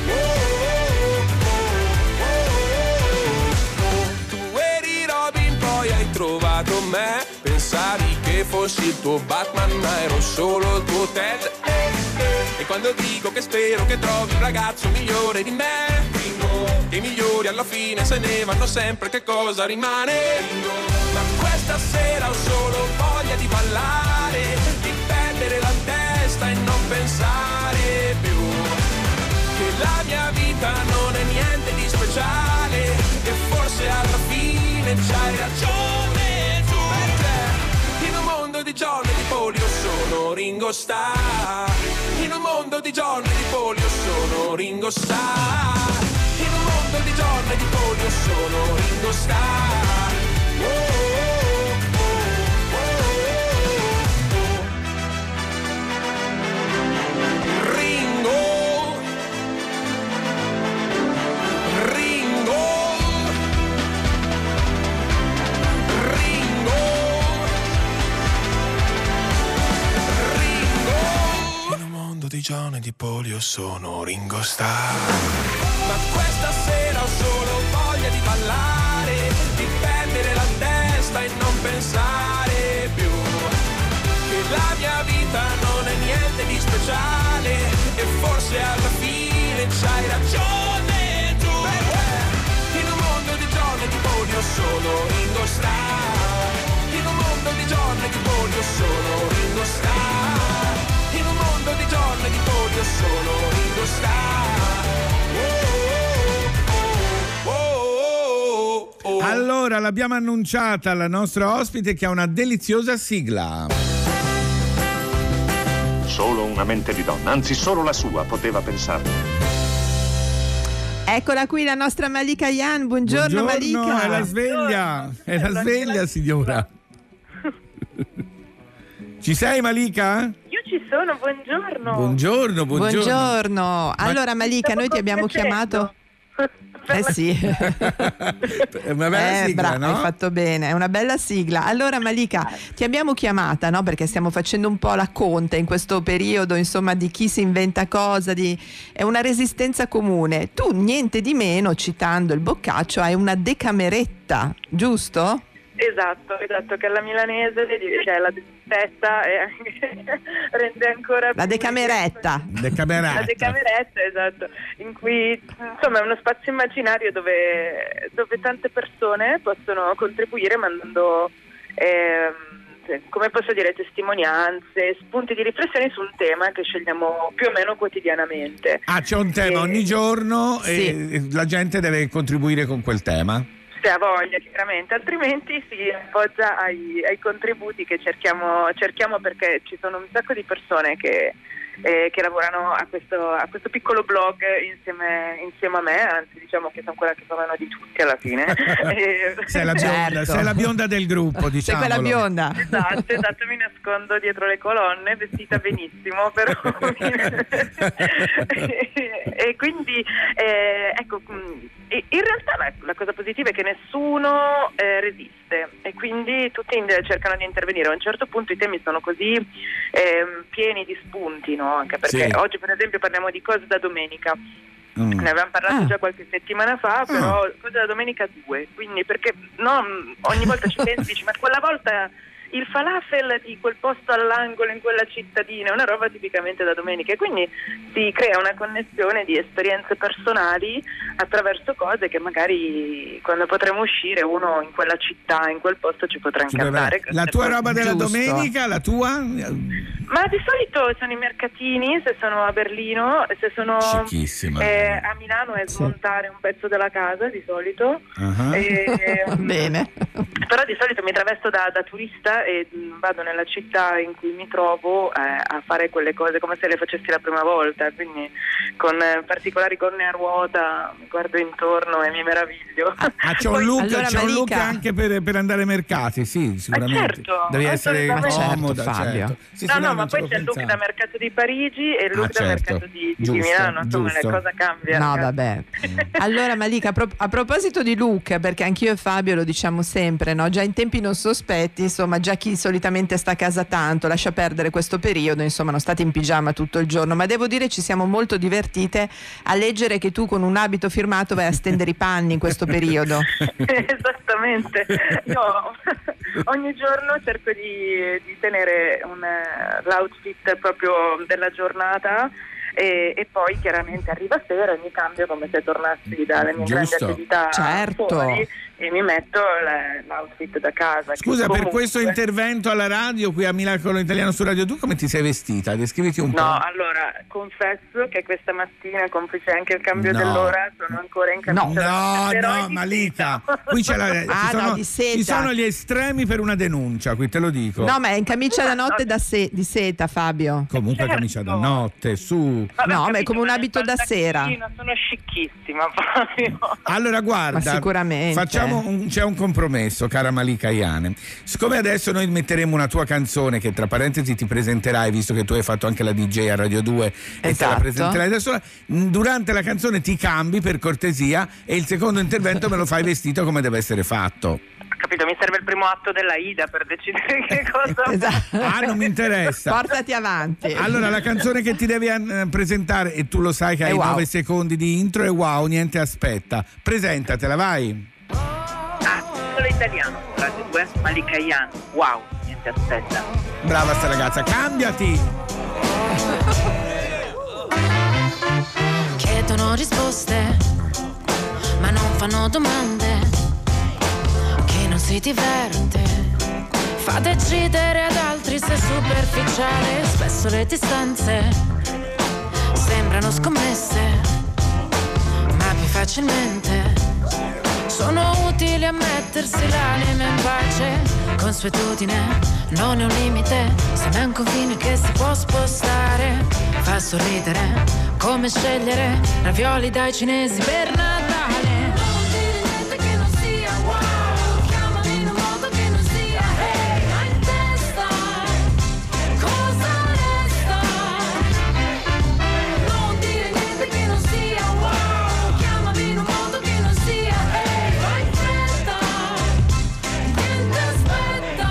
Speaker 7: Tu eri Robin, poi hai trovato me. Pensavi che fossi il tuo Batman, ma ero solo il tuo Ted. E quando dico che spero che trovi un ragazzo migliore di me, che i migliori alla fine se ne vanno sempre, che cosa rimane? Ma questa sera ho solo voglia di ballare, di perdere la testa e non pensare più che la mia vita non è niente di speciale e forse alla fine c'hai ragione tu. Perché in un mondo di John e di Paul io sono Ringo Starr. In un mondo di John e di Paul io sono Ringo Starr. In un mondo di John e di Paul io sono Ringo Starr. Di John e di Paul io sono Ringo Starr. Ma questa sera ho solo voglia di ballare, di perdere la testa e non pensare più che la mia vita non è niente di speciale e forse alla fine c'hai ragione tu. In un mondo di John e di Paul io sono Ringo Starr. In un mondo di John e di Paul io sono Ringo Starr. In un mondo di John e di Paul io sono Ringo Starr.
Speaker 3: Allora Allora, l'abbiamo annunciata alla nostra ospite che ha una deliziosa sigla.
Speaker 15: Solo una mente di donna, anzi solo la sua, poteva pensarlo.
Speaker 6: Eccola qui la nostra Malika Ayane. Buongiorno Malika.
Speaker 3: È la sveglia, è la sveglia signora. Ci sei Malika?
Speaker 16: Io ci sono, buongiorno.
Speaker 3: Buongiorno.
Speaker 6: Allora Malika, noi ti abbiamo chiamato. Sì.
Speaker 3: È una bella sigla,
Speaker 6: bravo,
Speaker 3: no?
Speaker 6: hai fatto bene, è una bella sigla. Allora Malika, ti abbiamo chiamata, no? Perché stiamo facendo un po' la conta in questo periodo, insomma, di chi si inventa cosa, è una resistenza comune. Tu niente di meno, citando il Boccaccio, hai una decameretta, giusto?
Speaker 16: Esatto, che alla milanese cioè la testa rende ancora
Speaker 6: la decameretta.
Speaker 16: La decameretta, esatto, in cui insomma è uno spazio immaginario dove tante persone possono contribuire mandando come posso dire, testimonianze, spunti di riflessione su un tema che scegliamo più o meno quotidianamente.
Speaker 3: C'è un tema ogni giorno e la gente deve contribuire con quel tema.
Speaker 16: Se ha voglia, chiaramente, altrimenti si appoggia ai contributi che cerchiamo perché ci sono un sacco di persone che lavorano a questo piccolo blog insieme a me, anzi diciamo che sono quella che fa mano di tutti alla fine.
Speaker 3: Sei la bionda del gruppo, diciamo.
Speaker 6: Sei quella bionda.
Speaker 16: Esatto, mi nascondo dietro le colonne, vestita benissimo, però e quindi ecco, in realtà la cosa positiva è che nessuno resiste e quindi tutti cercano di intervenire. A un certo punto i temi sono così pieni di spunti, no? Anche perché oggi per esempio parliamo di Cose da domenica. Ne avevamo parlato già qualche settimana fa, però Cose da domenica 2, quindi perché ogni volta ci pensi, dici, ma quella volta il falafel di quel posto all'angolo in quella cittadina è una roba tipicamente da domenica, e quindi si crea una connessione di esperienze personali attraverso cose che magari quando potremo uscire uno in quella città, in quel posto ci potrà incantare.
Speaker 3: La tua roba della domenica, la tua?
Speaker 16: Ma di solito sono i mercatini, se sono a Berlino, se sono a Milano è smontare un pezzo della casa di solito.
Speaker 6: Bene.
Speaker 16: Però di solito mi travesto da turista e vado nella città in cui mi trovo a fare quelle cose come se le facessi la prima volta, quindi con particolari gonne a ruota mi guardo intorno e mi meraviglio.
Speaker 3: C'è un look anche per andare ai mercati, sì, sicuramente.
Speaker 16: Certo,
Speaker 3: devi essere comoda,
Speaker 6: Fabio.
Speaker 3: Certo.
Speaker 16: Ma poi c'è il look da mercato di Parigi e il look da mercato di Milano, insomma le cose cambiano.
Speaker 6: No, vabbè. Allora Malika, a proposito di look, perché anch'io e Fabio lo diciamo sempre, no? Già in tempi non sospetti, insomma, già chi solitamente sta a casa tanto, lascia perdere questo periodo, insomma, non state in pigiama tutto il giorno, ma devo dire ci siamo molto divertite a leggere che tu con un abito firmato vai a stendere i panni in questo periodo.
Speaker 16: Esattamente. Io ogni giorno cerco di tenere l'outfit proprio della giornata e poi chiaramente arriva sera e mi cambio come se tornassi dalle mie grandi attività fuori e mi metto l'outfit da casa.
Speaker 3: Scusa, per questo intervento alla radio qui a Miracolo Italiano su Radio 2 come ti sei vestita? Descriviti un po'.
Speaker 16: No, allora confesso che questa mattina, complice anche il cambio dell'ora, sono ancora in camicia.
Speaker 3: No, Malika, qui c'è ci sono gli estremi per una denuncia, qui te lo dico.
Speaker 6: No, ma è in camicia da notte di seta, Fabio.
Speaker 3: Comunque camicia da notte, su.
Speaker 6: No, ma è come un abito da sera.
Speaker 16: Sono scicchissima, Fabio.
Speaker 3: Allora guarda,
Speaker 6: ma sicuramente
Speaker 3: c'è un compromesso, cara Malika Ayane. Siccome adesso noi metteremo una tua canzone che tra parentesi ti presenterai, visto che tu hai fatto anche la DJ a Radio 2 e te la presenterai da sola, durante la canzone ti cambi per cortesia e il secondo intervento me lo fai vestito come deve essere fatto.
Speaker 16: Capito, mi serve il primo atto della Ida per decidere che cosa.
Speaker 3: Non mi interessa.
Speaker 6: Portati avanti.
Speaker 3: Allora la canzone che ti devi presentare, e tu lo sai che hai 9 secondi di intro, e wow, niente aspetta. Presentatela, vai.
Speaker 16: Solo italiano, Radio 2, Malika Ayane. Wow, niente aspetta.
Speaker 3: Brava sta ragazza, cambiati.
Speaker 17: Chiedono risposte, ma non fanno domande. Non si diverte, fate ridere ad altri se è superficiale. Spesso le distanze sembrano scommesse, ma più facilmente sono utili a mettersi l'anima in pace. Consuetudine non è un limite, se non è un confine che si può spostare. Fa sorridere, come scegliere ravioli dai cinesi per Natale. Non dire niente che non sia wow, chiamami in un modo che non sia hey, hai in testa cosa resta. Non dire niente che non sia wow, chiamami in un modo che non sia hey, vai in fretta, niente aspetta.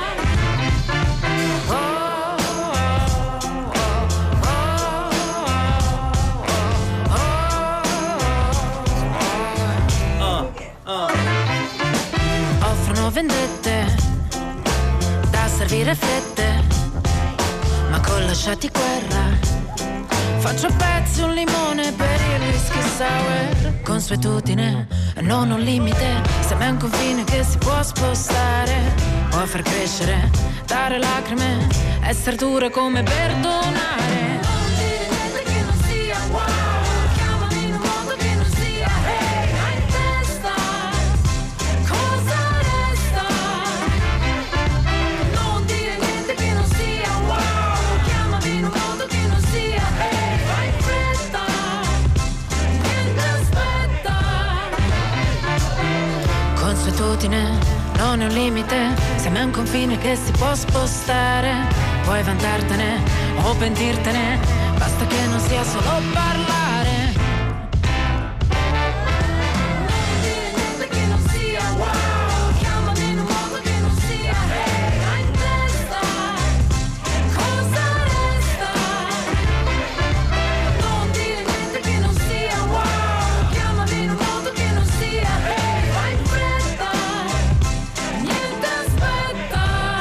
Speaker 17: Offrono vendette da servire frette, ma con lasciati guerra. Faccio a pezzi un limone per il whisky sour. Consuetudine non un limite, se m'è un confine che si può spostare. Può far crescere, dare lacrime, essere dure come perdonare. Non dire niente che non sia wow, chiamami in un modo che non sia hey, hai in testa cosa resta. Non dire niente che non sia wow, chiamami in un modo che non sia hey, vai in fretta, niente aspetta. Consuetudine non è un limite, se m'è un confine che si può spostare. Puoi vantartene o pentirtene, basta che non sia solo parlare. Non dire niente che non sia wow, chiamami in un modo che non sia hey, hai in testa cosa resta. Non dire niente che non sia wow, chiamami in un modo che non sia hey, vai in fretta, niente aspetta.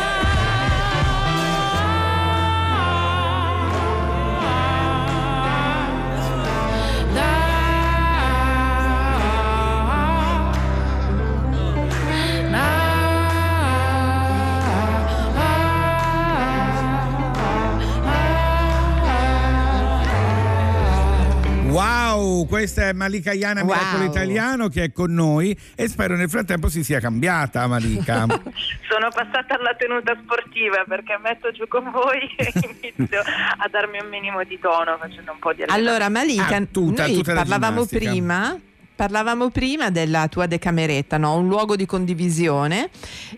Speaker 3: Wow, questa è Malika Ayana, Miracolo Italiano, che è con noi e spero nel frattempo si sia cambiata, Malika.
Speaker 16: Sono passata alla tenuta sportiva perché metto giù con voi e inizio a darmi un minimo di tono facendo un po' di allenamento.
Speaker 6: Allora Malika, noi
Speaker 3: parlavamo
Speaker 6: parlavamo prima della tua decameretta, no? Un luogo di condivisione,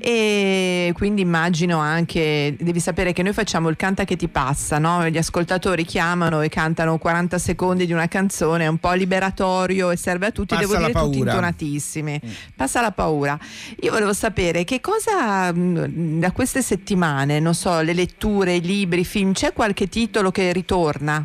Speaker 6: e quindi immagino anche, devi sapere che noi facciamo il canta che ti passa, no? Gli ascoltatori chiamano e cantano 40 secondi di una canzone, è un po' liberatorio e serve a tutti,
Speaker 3: Passa
Speaker 6: devo dire
Speaker 3: la
Speaker 6: tutti
Speaker 3: paura.
Speaker 6: intonatissimi. Passa la paura. Io volevo sapere che cosa da queste settimane, non so, le letture, i libri, i film, c'è qualche titolo che ritorna?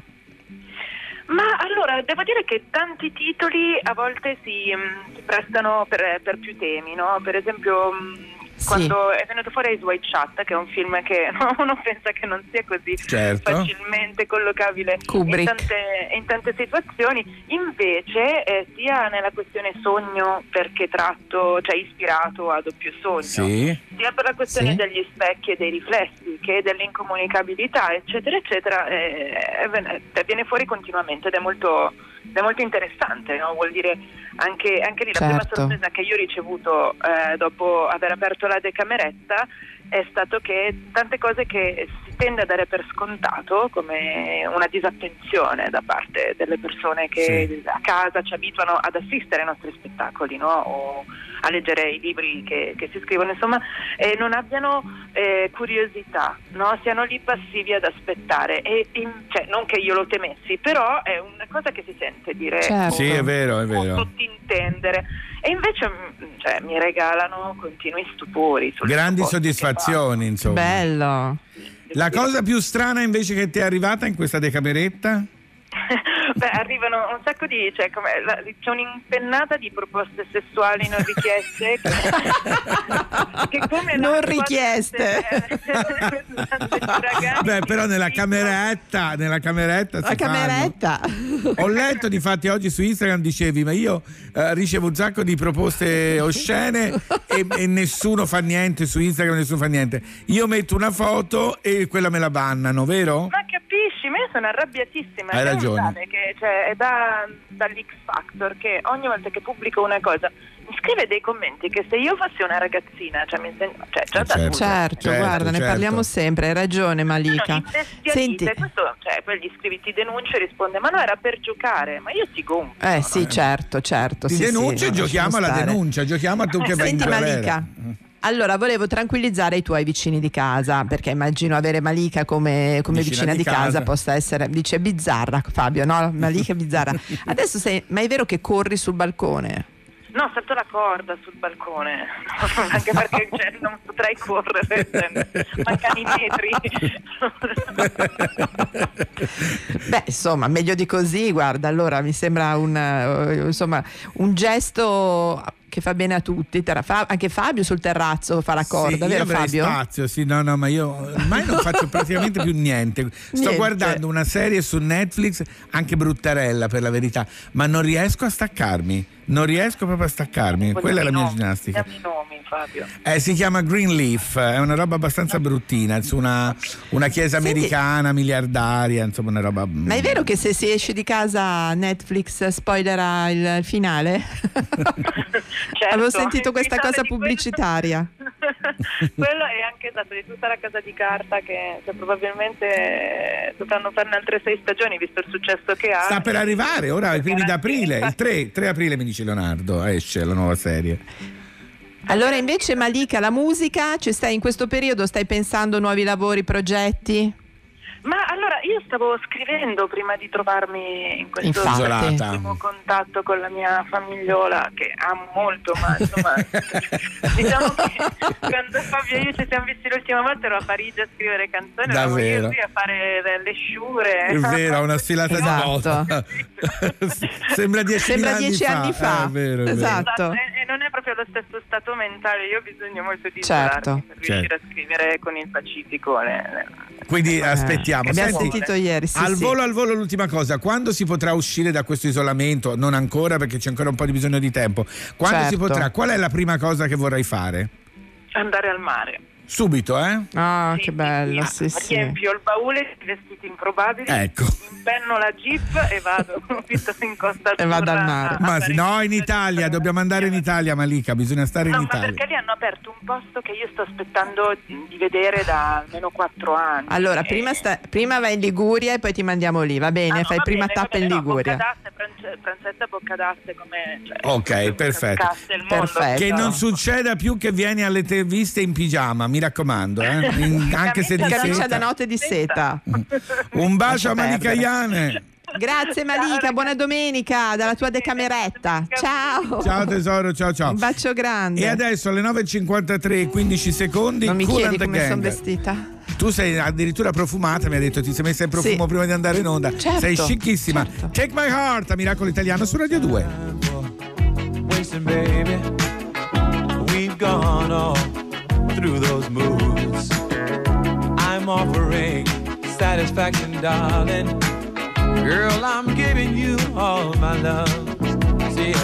Speaker 16: Ma allora, devo dire che tanti titoli a volte si prestano per più temi, no? Per esempio, quando è venuto fuori Ice White Shut, che è un film che uno pensa che non sia così facilmente collocabile in tante situazioni, invece sia nella questione sogno, perché tratto, cioè ispirato a Doppio Sogno, sia per la questione degli specchi e dei riflessi, che dell'incomunicabilità, eccetera, eccetera, viene fuori continuamente ed è molto interessante, no? Vuol dire anche lì la prima sorpresa che io ho ricevuto dopo aver aperto la decameretta è stato che tante cose che si tende a dare per scontato, come una disattenzione da parte delle persone che a casa ci abituano ad assistere ai nostri spettacoli, no? O a leggere i libri che si scrivono, insomma, non abbiano curiosità, no? Siano lì passivi ad aspettare, cioè, non che io lo temessi, però è una cosa che si sente dire,
Speaker 3: sì, è vero, è vero,
Speaker 16: sottintendere, e invece cioè, mi regalano continui stupori,
Speaker 3: grandi soddisfazioni, insomma.
Speaker 6: Bello.
Speaker 3: La cosa più strana invece che ti è arrivata in questa decameretta?
Speaker 16: Beh, arrivano un sacco di, cioè, c'è un'impennata di proposte sessuali non richieste che come
Speaker 6: non richieste
Speaker 3: beh, però nella cameretta
Speaker 6: la cameretta
Speaker 3: ho letto, difatti oggi su Instagram dicevi, ma io ricevo un sacco di proposte oscene e nessuno fa niente su Instagram, nessuno fa niente, io metto una foto e quella me la bannano, vero?
Speaker 16: Ma capisci, ma io sono arrabbiatissima.
Speaker 3: Hai ragione.
Speaker 16: Che, è dall'X Factor che ogni volta che pubblico una cosa mi scrive dei commenti che se io fossi una ragazzina,
Speaker 6: certo, guarda, ne parliamo sempre, hai ragione Malika.
Speaker 16: Senti, questo, poi gli scrivi ti denuncio e risponde ma no, era per giocare, ma io ti gonfio.
Speaker 6: Sì, certo.
Speaker 3: Ti denuncio e giochiamo alla denuncia, giochiamo a tu che vai in
Speaker 6: Malika. Allora, volevo tranquillizzare i tuoi vicini di casa, perché immagino avere Malika come vicina di casa possa essere, dice, bizzarra, Fabio, no? Malika è bizzarra. Adesso ma è vero che corri sul balcone?
Speaker 16: No, salto la corda sul balcone, anche perché non potrei correre, mancano i metri.
Speaker 6: Beh, insomma, meglio di così, guarda, allora mi sembra un gesto che fa bene a tutti. Anche Fabio sul terrazzo fa la corda, vero Fabio?
Speaker 3: Spazio, sì, no, ma io ormai non faccio praticamente più niente. Sto guardando una serie su Netflix, anche bruttarella per la verità, ma non riesco a staccarmi. Non riesco proprio a staccarmi. Quella è la mia ginnastica.
Speaker 16: Fabio.
Speaker 3: Si chiama Greenleaf, è una roba abbastanza bruttina, su una chiesa americana miliardaria, insomma una roba.
Speaker 6: Ma è vero che se si esce di casa Netflix spoilerà il finale?
Speaker 16: Certo,
Speaker 6: avevo sentito questa cosa pubblicitaria.
Speaker 16: Quello è anche esatto di tutta la casa di carta che probabilmente dovranno farne altre 6 stagioni visto il successo che ha.
Speaker 3: Sta per arrivare ora i primi d'aprile, il 3 aprile mi dice Leonardo, esce la nuova serie.
Speaker 6: Allora invece Malika, la musica, in questo periodo stai pensando nuovi lavori, progetti?
Speaker 16: Ma allora io stavo scrivendo prima di trovarmi in questo ultimo contatto con la mia famigliola che amo molto, ma insomma diciamo che quando Fabio e io ci siamo visti l'ultima volta ero a Parigi a scrivere canzoni, ero io qui a fare le sciure.
Speaker 3: È vero, una sfilata di moda. Sembra 10 anni fa. È vero.
Speaker 6: Esatto.
Speaker 16: E non è proprio lo stesso stato mentale, io ho bisogno molto di isolarmi per riuscire a scrivere con il Pacifico.
Speaker 3: Quindi aspettiamo.
Speaker 6: Abbiamo sentito ieri.
Speaker 3: Al volo l'ultima cosa, quando si potrà uscire da questo isolamento? Non ancora perché c'è ancora un po' di bisogno di tempo. Quando si potrà? Qual è la prima cosa che vorrai fare?
Speaker 16: Andare al mare.
Speaker 3: Subito,
Speaker 6: Ah, che bello, sì.
Speaker 16: Riempio il baule di vestiti improbabili, impenno la jeep e vado in Costa Azzurra.
Speaker 6: E vado al mare.
Speaker 3: Ma no, in Italia, dobbiamo andare in Italia, Malika, bisogna stare in Italia.
Speaker 16: Ma perché lì hanno aperto un posto che io sto aspettando di vedere da almeno 4 anni.
Speaker 6: Allora, prima vai in Liguria e poi ti mandiamo lì, va bene? Fai prima tappa in Liguria.
Speaker 16: Pranzetta bocca d'asse come
Speaker 3: ok, perfetto. Che non succeda più che vieni alle interviste in pigiama, mi raccomando, anche se di
Speaker 6: camicia da notte di seta.
Speaker 3: Un bacio a Malika Iane.
Speaker 6: Grazie Malika, buona domenica dalla tua decameretta. Ciao
Speaker 3: tesoro, ciao.
Speaker 6: Un bacio grande.
Speaker 3: E adesso alle 9:53, 15 secondi.
Speaker 6: Non mi
Speaker 3: Cool
Speaker 6: chiedi come sono
Speaker 3: Gang.
Speaker 6: vestita.
Speaker 3: Tu sei addirittura profumata, mi ha detto, ti sei messa in profumo prima di andare in onda.
Speaker 6: Certo,
Speaker 3: sei scicchissima. Take My Heart, a Miracolo Italiano su Radio 2.
Speaker 18: Wasting, baby. We've gone all through those moods. I'm offering satisfaction, darling. Girl, I'm giving you all my love. See,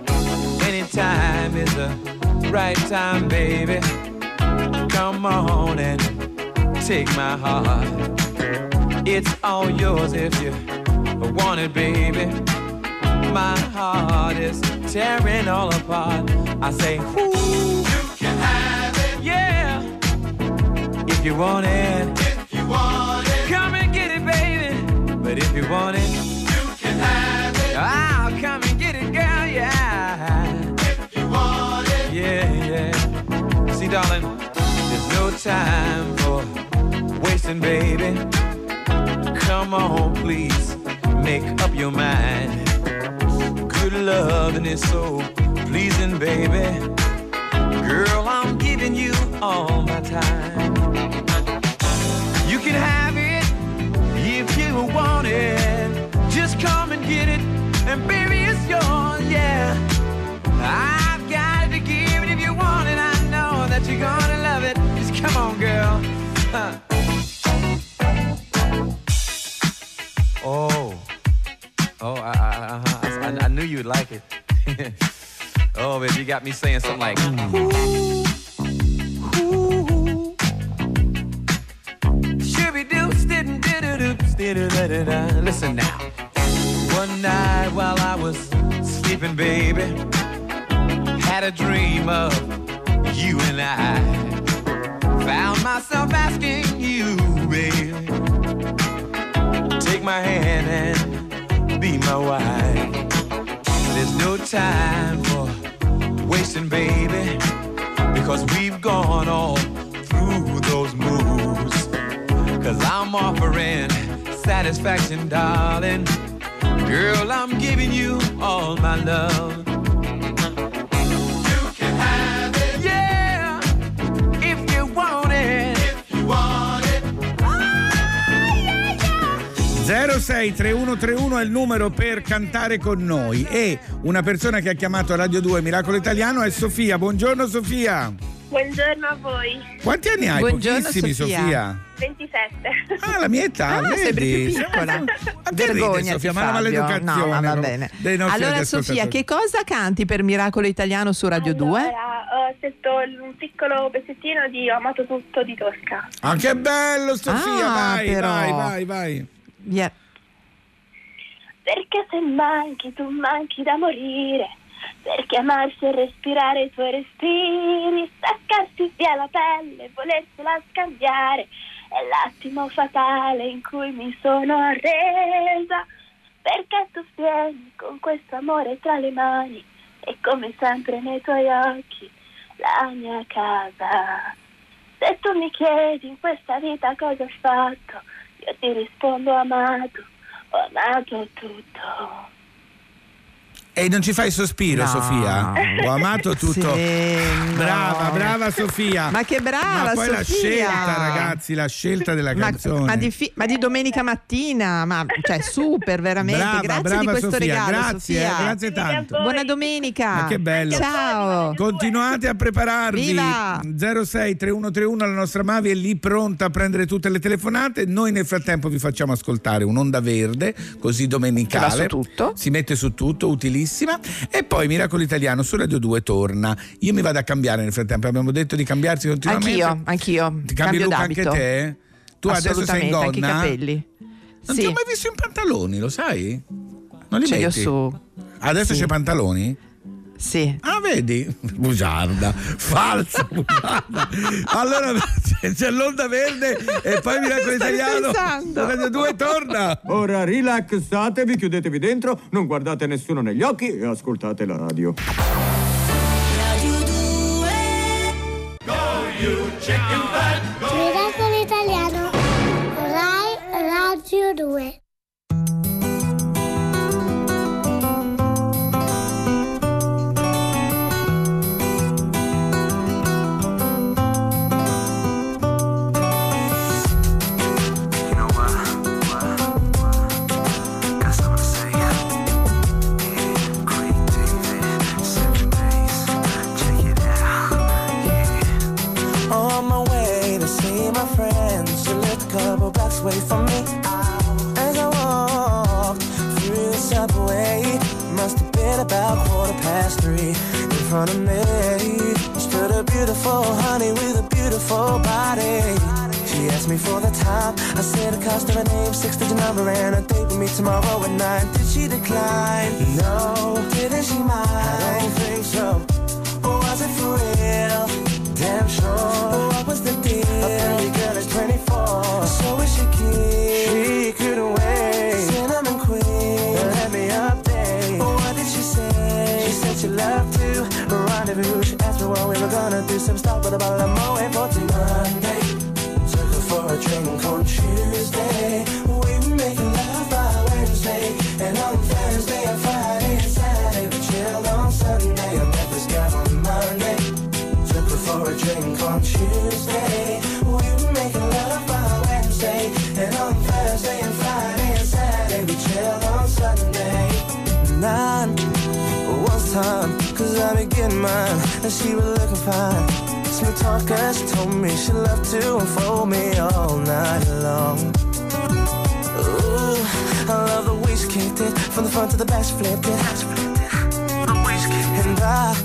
Speaker 18: anytime is the right time, baby. Come on and take my heart. It's all yours if you want it, baby. My heart is tearing all apart. I say, ooh, you can have it. Yeah, if you want it. If you want it. Come and get it, baby. But if you want it, you can have it. I'll come and get it, girl, yeah. If you want it. Yeah. See, darling, there's no time for wasting, baby. Come on, please, make up your mind. Good loving is so pleasing, baby. Girl, I'm giving you all my time. You can have it if you want it. Just come and get it, and baby, it's yours, yeah. I've got to give it if you want it. I know that you're gonna love it. Just come on, girl. I knew you'd like it. Oh, baby, you got me saying something like, ooh, ooh, shooby-doo, stidden, doo-doo-doo, Listen now. One night while I was sleeping, baby, had a dream of you and I. Found myself asking you, baby, take my hand and be my wife. There's no time for wasting, baby, because we've gone all through those moves. 'Cause I'm offering satisfaction, darling. Girl, I'm giving you all my love. You can have it, yeah, if you want it. If you want it.
Speaker 3: 06 3131 è il numero per cantare con noi, e una persona che ha chiamato Radio 2 Miracolo Italiano è Sofia. Buongiorno Sofia.
Speaker 19: Buongiorno a voi.
Speaker 3: Quanti anni hai?
Speaker 6: Buongiorno,
Speaker 3: Pochissimi, Sofia.
Speaker 19: 27.
Speaker 3: Ah, la mia età, vedi?
Speaker 6: Sempre più piccola.
Speaker 3: Vergognati, Sofia, ma la maleducazione.
Speaker 6: No, va bene. Allora Sofia, che cosa canti per Miracolo Italiano su Radio 2?
Speaker 19: Ho scelto un piccolo pezzettino di Ho amato tutto di Tosca.
Speaker 3: Ah, che bello, Sofia, vai.
Speaker 6: Yeah.
Speaker 19: Perché se manchi, tu manchi da morire. Perché amarsi e respirare i tuoi respiri, staccarsi via la pelle, volersela scambiare, è l'attimo fatale in cui mi sono arresa. Perché tu vieni con questo amore tra le mani e come sempre nei tuoi occhi la mia casa. Se tu mi chiedi in questa vita cosa ho fatto, io ti rispondo ho amato tutto.
Speaker 3: E non ci fai sospiro,
Speaker 6: No.
Speaker 3: Sofia? Ho amato tutto.
Speaker 6: Sì,
Speaker 3: Brava Sofia.
Speaker 6: Ma che brava,
Speaker 3: ma poi
Speaker 6: Sofia.
Speaker 3: la scelta, ragazzi, la scelta della canzone.
Speaker 6: Ma di domenica mattina, cioè super, veramente.
Speaker 3: Brava,
Speaker 6: grazie di questo
Speaker 3: Sofia.
Speaker 6: regalo,
Speaker 3: Grazie,
Speaker 6: Sofia.
Speaker 3: grazie tanto.
Speaker 6: Buona domenica.
Speaker 3: Ma che bello.
Speaker 6: Ciao.
Speaker 3: Continuate a prepararvi.
Speaker 6: Viva.
Speaker 3: 06 3131, la nostra Mavi è lì pronta a prendere tutte le telefonate. Noi nel frattempo vi facciamo ascoltare un'onda verde, così domenicale.
Speaker 6: Che va su tutto.
Speaker 3: Si mette su tutto, utilissima. E poi Miracolo Italiano su Radio 2 torna. Io mi vado a cambiare nel frattempo. Abbiamo detto di cambiarsi continuamente.
Speaker 6: Anch'io.
Speaker 3: Ti cambi look anche
Speaker 6: d'abito.
Speaker 3: te? Tu adesso sei in gonna?
Speaker 6: Anche i capelli.
Speaker 3: Non ti ho mai visto in pantaloni, lo sai? Non li
Speaker 6: Ce li ho
Speaker 3: metti?
Speaker 6: su.
Speaker 3: Adesso
Speaker 6: Sì.
Speaker 3: c'è pantaloni?
Speaker 6: Sì.
Speaker 3: Ah, vedi? Bugiarda, falsa bugiarda. Allora c'è l'onda verde e poi Miracolo Italiano. Radio 2 torna.
Speaker 20: Ora rilassatevi, chiudetevi dentro, non guardate nessuno negli occhi e ascoltate la radio.
Speaker 21: Miracolo Italiano, Rai Radio 2.
Speaker 7: On my way to see my friends, she lived a couple blocks away from me. As I walked through the subway, must have been about 3:15. In front of me stood a beautiful honey with a beautiful body. She asked me for the time, I said the cost of her name, 6-digit number, and a date with me tomorrow at 9. Did she decline? No. Didn't she mind? I don't think so. Or was it for real? Damn sure. What was the deal? A pretty girl is 24, so is she keen? She couldn't wait. Cinnamon queen, let me update. What did she say? She said she loved to rendezvous. She asked me what we were gonna do. Some stuff, but about a Moet for Monday. Took her for a drink on Tuesday. We were making love by Wednesday, and on Thursday and Friday and Saturday we chilled on Sunday. I met this guy on Monday. For a drink on Tuesday, we were making love by Wednesday, and on Thursday and Friday and Saturday we chilled on Sunday. 9 was time, 'cause I be getting mine, and she was looking fine. Smooth talker, she told me she loved to unfold me all night long. Ooh, I love the way she kicked it, from the front to the back she flipped it. And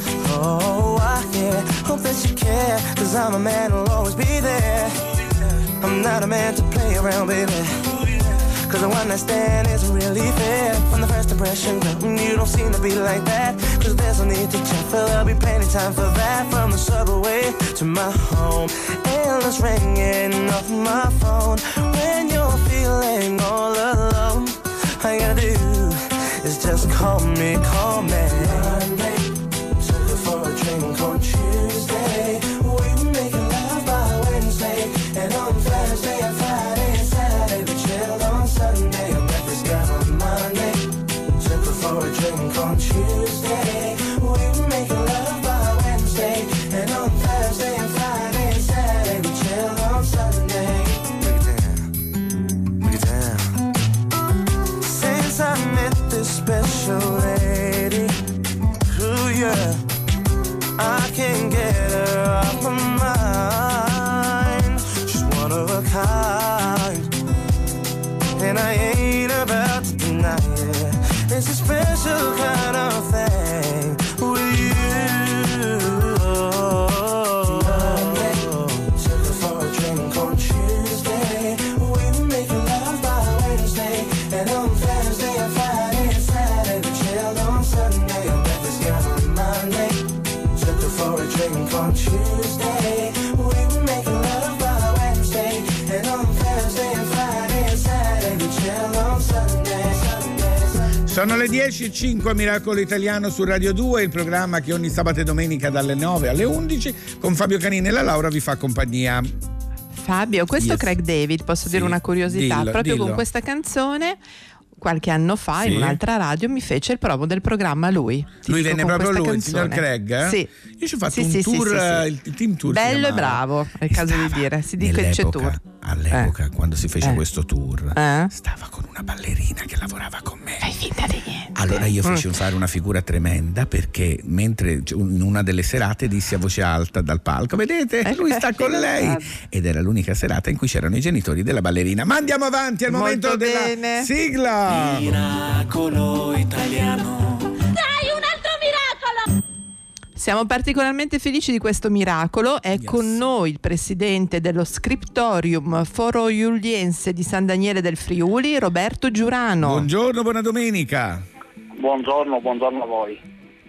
Speaker 7: I hope that you care, 'cause I'm a man who'll always be there. I'm not a man to play around, baby. Cause the one I stand isn't really fair. From the first impression, girl, you don't seem to be like that. Cause there's no need to check, for there'll be plenty time for that. From the subway to my home, endless ringing off my phone. When you're feeling all alone, all you gotta do is just call me, call me. Monday, took her for a drink on Tuesday. We were making love by Wednesday. And on Thursday and Friday and Saturday we chilled on Sunday. I met this guy on Monday, took her for a drink on Tuesday. We were making love by Wednesday. And on Thursday and Friday and Saturday we chilled on Sunday. Break it down. Since I met this special lady, ooh yeah, I can't get her off my mind. She's one of a kind, and I ain't about to deny it. It's a special kind of thing with you. Monday, took her for a drink on Tuesday. We were making love by Wednesday. And on Thursday and Friday and Saturday we chilled on Sunday. I met this guy on Monday, took her for a drink on Tuesday. We were making love by Wednesday. And on Thursday and Friday and Saturday we chilled on Sunday.
Speaker 3: Sono le 10:05 a Miracolo Italiano su Radio 2, il programma che ogni sabato e domenica dalle 9 alle 11 con Fabio Canini e la Laura vi fa compagnia.
Speaker 6: Fabio, questo
Speaker 3: Yes.
Speaker 6: Craig David, posso dire una curiosità?
Speaker 3: Dillo,
Speaker 6: Proprio
Speaker 3: dillo.
Speaker 6: con questa canzone qualche anno fa
Speaker 3: Sì.
Speaker 6: in un'altra radio mi fece il promo del programma lui.
Speaker 3: Lui
Speaker 6: dico,
Speaker 3: venne
Speaker 6: con
Speaker 3: proprio
Speaker 6: questa
Speaker 3: lui, il signor
Speaker 6: canzone.
Speaker 3: Craig? Eh?
Speaker 6: Sì.
Speaker 3: Io ci ho fatto
Speaker 6: Sì,
Speaker 3: un
Speaker 6: sì,
Speaker 3: tour,
Speaker 6: sì.
Speaker 3: il team tour. si
Speaker 6: Bello e
Speaker 3: chiamava.
Speaker 6: bravo, è il caso di dire. Si dice che c'è tour.
Speaker 3: All'epoca, quando si fece questo tour,
Speaker 6: Eh?
Speaker 3: stava con una ballerina che lavorava con me.
Speaker 6: Fai finta di niente.
Speaker 3: Allora io feci fare una figura tremenda, perché mentre in una delle serate dissi a voce alta dal palco: vedete, lui sta con lei. Ed era l'unica serata in cui c'erano i genitori della ballerina. Ma andiamo avanti, al momento
Speaker 6: Molto
Speaker 3: della
Speaker 6: bene.
Speaker 3: sigla.
Speaker 5: Miracolo italiano.
Speaker 4: Dai, un altro miracolo!
Speaker 6: Siamo particolarmente felici di questo miracolo. È con noi il presidente dello Scriptorium Foro Iuliense di San Daniele del Friuli, Roberto Giurano.
Speaker 3: Buongiorno, buona domenica.
Speaker 1: Buongiorno a voi.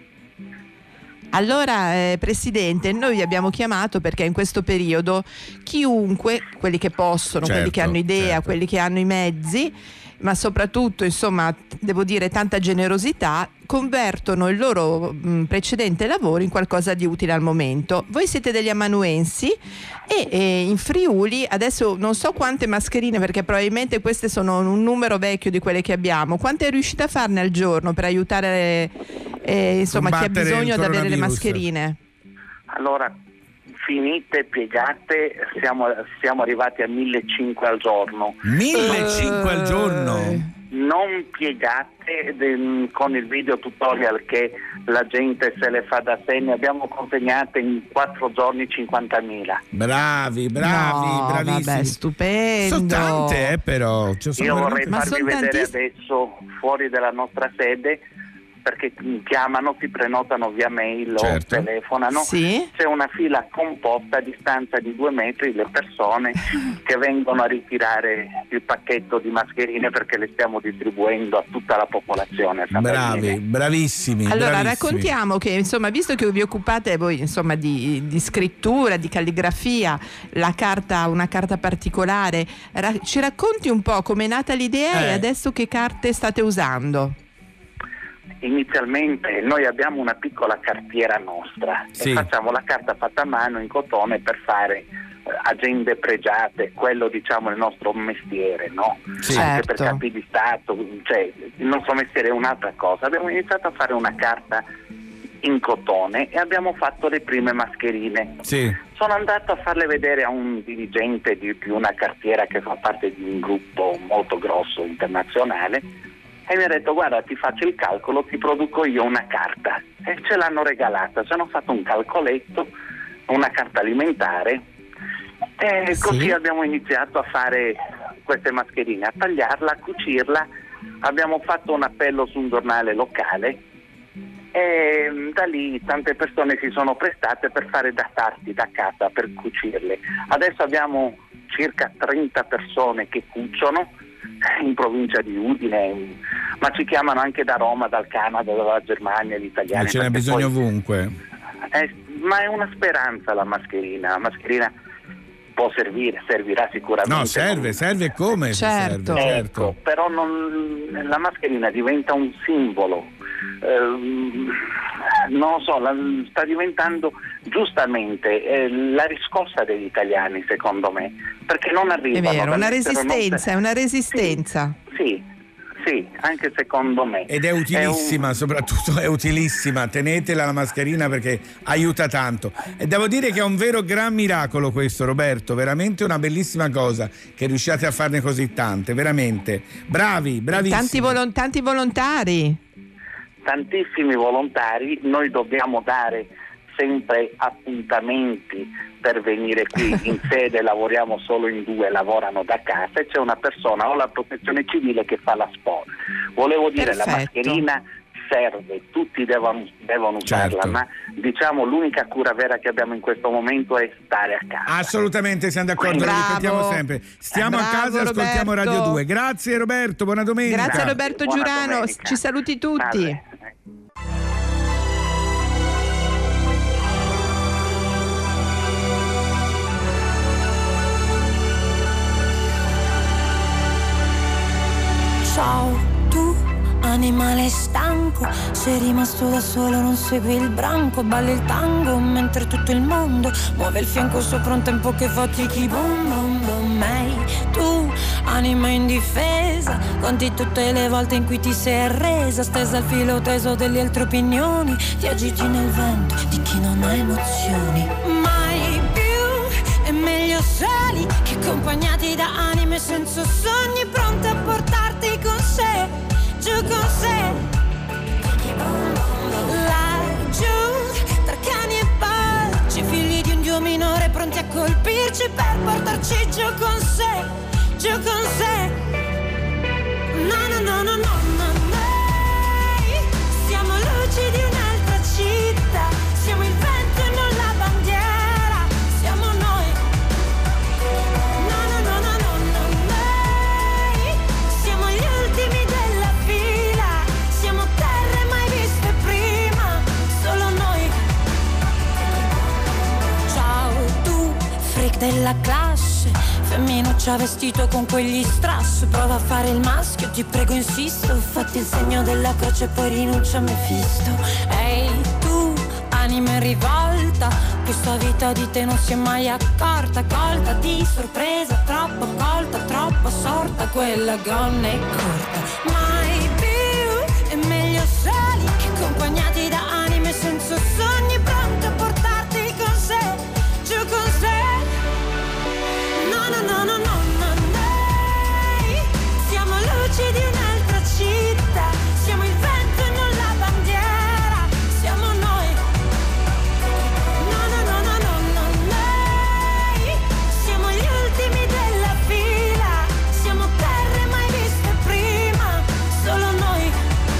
Speaker 6: Allora, Presidente, noi vi abbiamo chiamato perché in questo periodo chiunque, quelli che possono, quelli che hanno idea, quelli che hanno i mezzi, ma soprattutto, insomma, devo dire tanta generosità, convertono il loro precedente lavoro in qualcosa di utile al momento. Voi siete degli amanuensi e in Friuli adesso non so quante mascherine, perché probabilmente queste sono un numero vecchio di quelle che abbiamo. Quante riuscite a farne al giorno per aiutare insomma chi ha
Speaker 1: Combattere
Speaker 6: bisogno
Speaker 1: il
Speaker 6: di avere le
Speaker 1: coronavirus?
Speaker 6: mascherine?
Speaker 1: Allora, finite, piegate, siamo arrivati a 1.500 al giorno.
Speaker 3: 1.500 al giorno?
Speaker 1: Non piegate con il video tutorial che la gente se le fa da sé, ne abbiamo consegnate in 4 giorni 50.000.
Speaker 3: Bravi,
Speaker 6: No,
Speaker 3: bravissimi.
Speaker 6: vabbè, stupendo.
Speaker 3: Sono tante, però.
Speaker 1: Io vorrei farvi vedere adesso fuori dalla nostra sede, perché chiamano, si prenotano via mail o telefonano.
Speaker 6: Sì.
Speaker 1: C'è una fila composta a distanza di 2 metri, le persone che vengono a ritirare il pacchetto di mascherine, perché le stiamo distribuendo a tutta la popolazione.
Speaker 3: Bravi, bravissimi.
Speaker 6: Allora
Speaker 3: bravissimi.
Speaker 6: raccontiamo che, insomma, visto che vi occupate voi, insomma, di scrittura, di calligrafia, una carta particolare, ci racconti un po' come è nata l'idea e adesso che carte state usando?
Speaker 1: Inizialmente noi abbiamo una piccola cartiera nostra e facciamo la carta fatta a mano in cotone per fare agende pregiate, quello diciamo è il nostro mestiere, no? Anche per capi di Stato, cioè il nostro mestiere è un'altra cosa. Abbiamo iniziato a fare una carta in cotone e abbiamo fatto le prime mascherine. Sono andato a farle vedere a un dirigente di una cartiera che fa parte di un gruppo molto grosso internazionale e mi ha detto: guarda, ti faccio il calcolo, ti produco io una carta. E ce l'hanno regalata, ci hanno fatto un calcoletto, una carta alimentare, e così abbiamo iniziato a fare queste mascherine, a tagliarla, a cucirla. Abbiamo fatto un appello su un giornale locale e da lì tante persone si sono prestate per fare da sarti da casa per cucirle. Adesso abbiamo circa 30 persone che cuciono in provincia di Udine, ma ci chiamano anche da Roma, dal Canada, dalla Germania, gli italiani.
Speaker 3: Ce n'è bisogno ovunque.
Speaker 1: Ma è una speranza la mascherina può servirà sicuramente.
Speaker 3: No, serve come?
Speaker 6: Certo.
Speaker 1: Ecco, però la mascherina diventa un simbolo. Non lo so, sta diventando giustamente la riscossa degli italiani, secondo me, perché non arrivano.
Speaker 6: È vero, una resistenza.
Speaker 1: Sì, anche secondo me.
Speaker 3: Ed è utilissima, soprattutto è utilissima. Tenetela la mascherina perché aiuta tanto. E devo dire che è un vero gran miracolo questo, Roberto, veramente una bellissima cosa che riusciate a farne così tante, veramente. Bravissimi.
Speaker 6: Tanti volontari.
Speaker 1: Tantissimi volontari, noi dobbiamo dare sempre appuntamenti per venire qui in sede, lavoriamo solo in 2, lavorano da casa e c'è una persona o la protezione civile che fa la sport. Volevo dire, perfetto. La mascherina serve, tutti devono usarla, certo. Ma diciamo l'unica cura vera che abbiamo in questo momento è stare a casa.
Speaker 3: Assolutamente, siamo d'accordo, lo ripetiamo sempre. Stiamo a casa e ascoltiamo Radio 2. Grazie Roberto, buona domenica.
Speaker 6: Grazie a Roberto Giurano, domenica. Ci saluti tutti.
Speaker 1: Vabbè.
Speaker 17: Ciao, tu animale stanco, sei rimasto da solo, non segui il branco, balli il tango mentre tutto il mondo muove il fianco sopra un tempo che fatichi, boom boom boom. Ehi, tu anima indifesa, conti tutte le volte in cui ti sei arresa, stesa al filo teso delle altre opinioni, ti agiti nel vento di chi non ha emozioni. Mai più è meglio soli che accompagnati da anime senza sogni, pronte a portarti con sé, giù con sé. Laggiù, tra cani e porci, figli di un dio minore pronti a colpirci per portarci giù con sé, giù con sé. No, no, no, no, no, no, noi siamo luci di un'altra città, siamo il vento e non la bandiera, siamo noi. No, no, no, no, no, no, noi siamo gli ultimi della fila, siamo terre mai viste prima, solo noi. Ciao tu, freak della classe, femminuccia vestito con quegli strass, prova a fare il maschio, ti prego insisto, fatti il segno della croce e poi rinuncia a Mefisto. Ehi tu, anima in rivolta, questa vita di te non si è mai accorta, colta di sorpresa, troppo colta, troppo sorta, quella gonna è corta. Mai più è meglio soli che accompagnati da anime senza sogni, pronti a portarti con sé, giù con sé. No, no, no, no, no, no, noi siamo luci di un'altra città, siamo il vento e non la bandiera, siamo noi. No, no, no, no, no, no, noi siamo gli ultimi della fila, siamo terre mai viste prima, solo noi.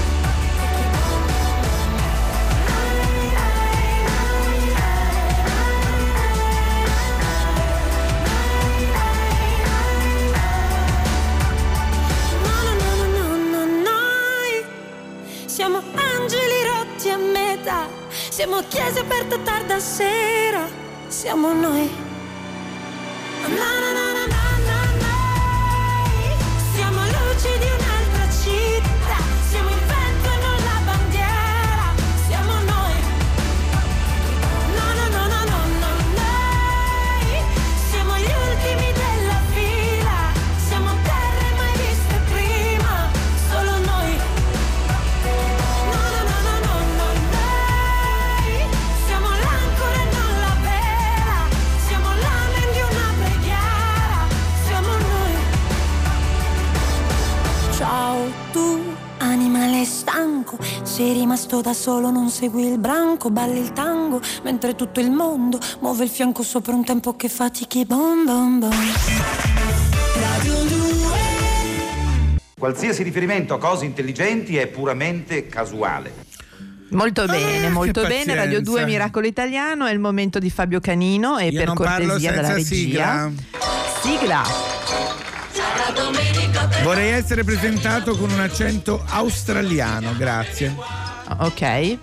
Speaker 17: Siamo angeli rotti a metà, siamo chiese aperte tarda sera, siamo noi. Na, na, na, na, na, na, noi siamo luci di un'altra città, siamo il vento e non la bandiera, siamo noi. No, no, no, no, no, no, noi siamo gli ultimi della fila, siamo terre mai viste prima, solo noi. No, no, no, no, no, no, noi siamo l'ancora e non la vela, siamo l'amen di una preghiera, siamo noi. Ciao tu, animale stanco, sei rimasto da solo, non segui il branco, balli il tango mentre tutto il mondo muove il fianco sopra un tempo che fatichi, bom bom bom. Radio 2.
Speaker 2: Qualsiasi riferimento a cose intelligenti è puramente casuale.
Speaker 6: Molto bene, molto bene.
Speaker 3: pazienza.
Speaker 6: Radio 2 Miracolo Italiano, è il momento di Fabio Canino e
Speaker 3: Io
Speaker 6: per
Speaker 3: non parlo
Speaker 6: cortesia
Speaker 3: senza
Speaker 6: dalla regia. Sigla.
Speaker 3: Vorrei essere presentato con un accento australiano, grazie.
Speaker 6: Ok.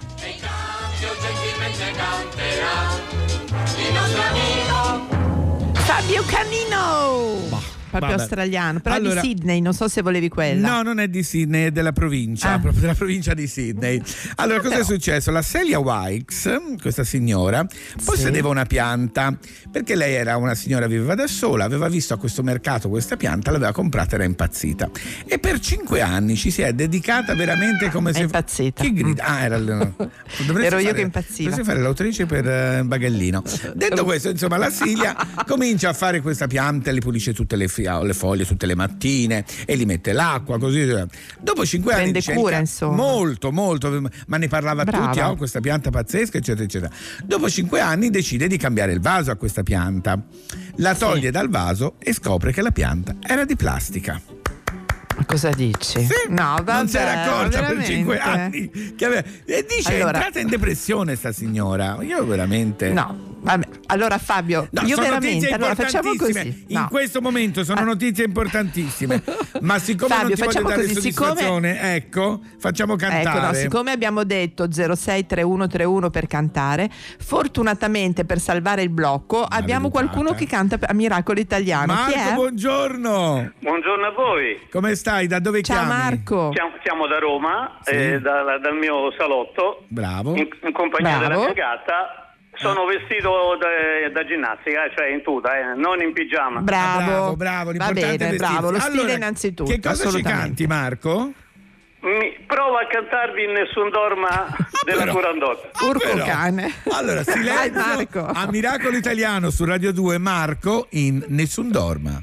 Speaker 6: Fabio Canino! Proprio australiano, però allora, di Sydney, non so se volevi quella.
Speaker 3: No, non è di Sydney, è della provincia, proprio della provincia di Sydney. Allora, cosa è successo? La Celia Wykes, questa signora, possedeva una pianta, perché lei era una signora, viveva da sola, aveva visto a questo mercato questa pianta, l'aveva comprata, era impazzita. E per 5 anni ci si è dedicata veramente come se...
Speaker 6: È impazzita.
Speaker 3: Chi grida?
Speaker 6: Ero io che impazziva.
Speaker 3: Dovresti fare l'autrice per Bagellino. Detto questo, insomma, la Celia comincia a fare questa pianta, le pulisce tutte le foglie tutte le mattine e gli mette l'acqua, così. Dopo 5 anni
Speaker 6: prende cura, insomma.
Speaker 3: Molto, ma ne parlava a tutti, questa pianta pazzesca, eccetera, eccetera. Dopo 5 anni decide di cambiare il vaso a questa pianta. La toglie dal vaso e scopre che la pianta era di plastica.
Speaker 6: Ma cosa dici?
Speaker 3: Sì,
Speaker 6: no, vabbè,
Speaker 3: non si era accorta
Speaker 6: veramente?
Speaker 3: Per 5 anni e dice è entrata in depressione sta signora. Io veramente
Speaker 6: vabbè. Allora Fabio, io veramente, allora facciamo così.
Speaker 3: In questo momento sono notizie importantissime, ma siccome
Speaker 6: Fabio,
Speaker 3: non ti voglio dare soddisfazione, ecco, facciamo cantare.
Speaker 6: Ecco, siccome abbiamo detto 063131 per cantare, fortunatamente per salvare il blocco abbiamo qualcuno che canta a Miracolo Italiano.
Speaker 3: Marco,
Speaker 6: chi è?
Speaker 3: Buongiorno.
Speaker 8: Buongiorno a voi.
Speaker 3: Come stai? Da dove chiami?
Speaker 6: Ciao Marco.
Speaker 8: Siamo da Roma, dal mio salotto.
Speaker 3: Bravo.
Speaker 8: In compagnia della mia gatta. Sono vestito da ginnastica, cioè in tuta, non in pigiama.
Speaker 6: Bravo.
Speaker 3: Va
Speaker 6: bene, bravo. Lo stile
Speaker 3: allora,
Speaker 6: innanzitutto.
Speaker 3: Che cosa ci canti, Marco?
Speaker 8: Provo a cantarvi Nessun dorma della Turandot.
Speaker 6: Urco cane.
Speaker 3: Allora, silenzio a Miracolo Italiano su Radio 2, Marco in Nessun dorma.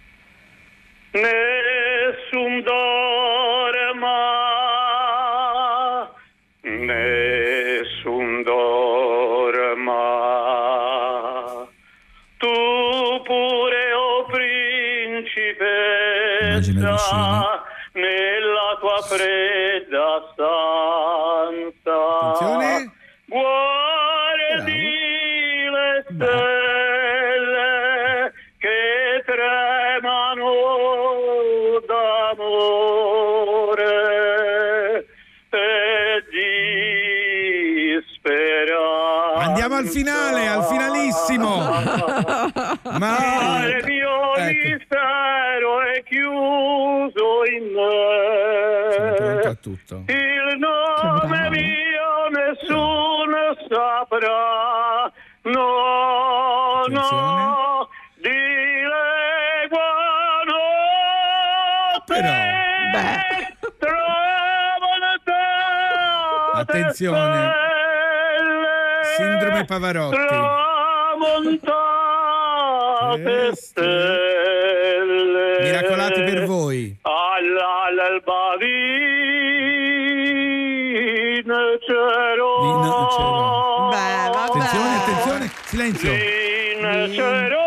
Speaker 8: Nessun dorma, nessun dorma, tu pure, o principessa, nella tua fredda stanza.
Speaker 3: Attenzione.
Speaker 8: Guardi le stelle che tremano d'amore e disperanza.
Speaker 3: Andiamo al finale, al finalissimo.
Speaker 8: Mare mio mistero è chiuso in me.
Speaker 3: Tutto.
Speaker 8: Il nome mio nessuno saprà. No, di legua no.
Speaker 3: Però attenzione, Sindrome Pavarotti.
Speaker 8: Tramontate stelle,
Speaker 3: miracolati per voi.
Speaker 8: All'alba vincerò.
Speaker 3: Attenzione, silenzio.
Speaker 8: Vincerò.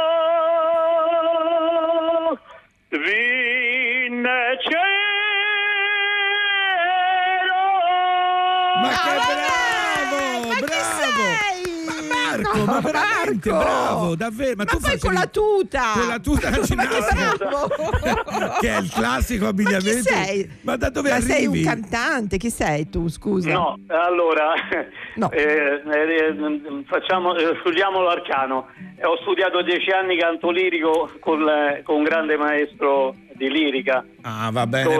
Speaker 3: Ma che bravo! Marco, ma veramente bravo, davvero. Ma tu
Speaker 6: poi con la tuta!
Speaker 3: Con la tuta da ginnastica! Che è il classico abbigliamento.
Speaker 6: Ma chi sei?
Speaker 3: Ma da dove arrivi?
Speaker 6: Sei un cantante, chi sei tu, scusa?
Speaker 8: No, allora studiamo l'arcano. Ho studiato 10 anni canto lirico con un grande maestro di lirica.
Speaker 3: Ah, va bene,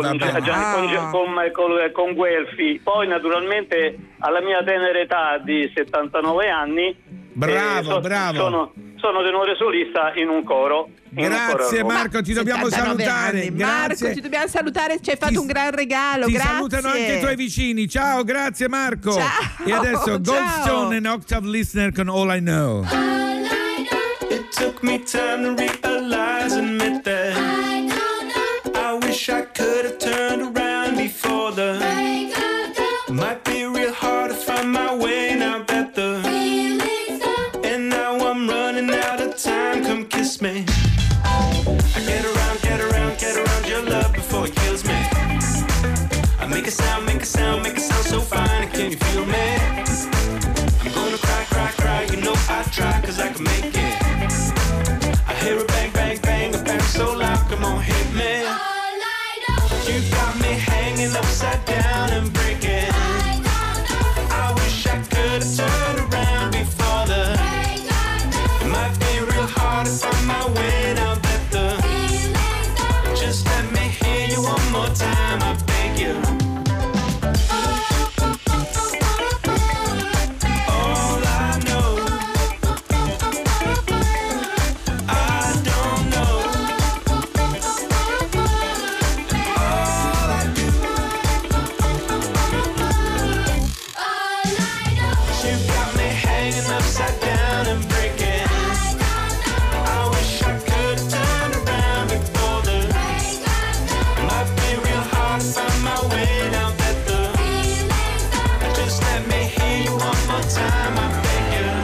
Speaker 8: con Guelfi. Poi naturalmente alla mia tenera età di 79 anni
Speaker 3: bravo.
Speaker 8: Sono tenore solista in un coro.
Speaker 3: Grazie Marco, ti dobbiamo salutare.
Speaker 6: Marco, ti dobbiamo salutare, ci hai fatto un gran regalo.
Speaker 3: Ti
Speaker 6: grazie.
Speaker 3: salutano anche i tuoi vicini. Ciao, grazie Marco.
Speaker 6: Ciao.
Speaker 3: E adesso Goldstone and Octave Listener con All I Know.
Speaker 18: It took me time to realize and admit that I wish I could have turned around before the might be real hard to find my way now that the and now I'm running out of time. Come kiss me. I get around your love before it kills me. I make a sound so fine. Can you feel me? I'm gonna cry. You know I try 'cause I can make it. I hear a bang, a bang.
Speaker 7: upside down and breaking. I wish I could turn around before the might be real hard to find my way now that the just let me hear you one more time, I beg you.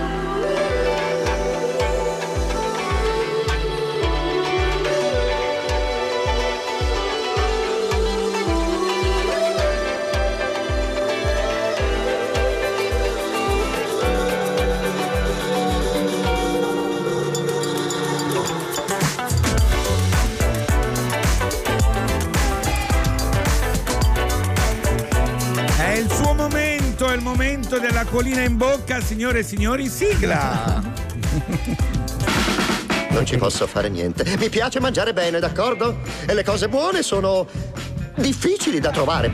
Speaker 3: È il momento dell'acquolina in bocca, signore e signori, sigla!
Speaker 9: Non ci posso fare niente. Mi piace mangiare bene, d'accordo? E le cose buone sono difficili da trovare.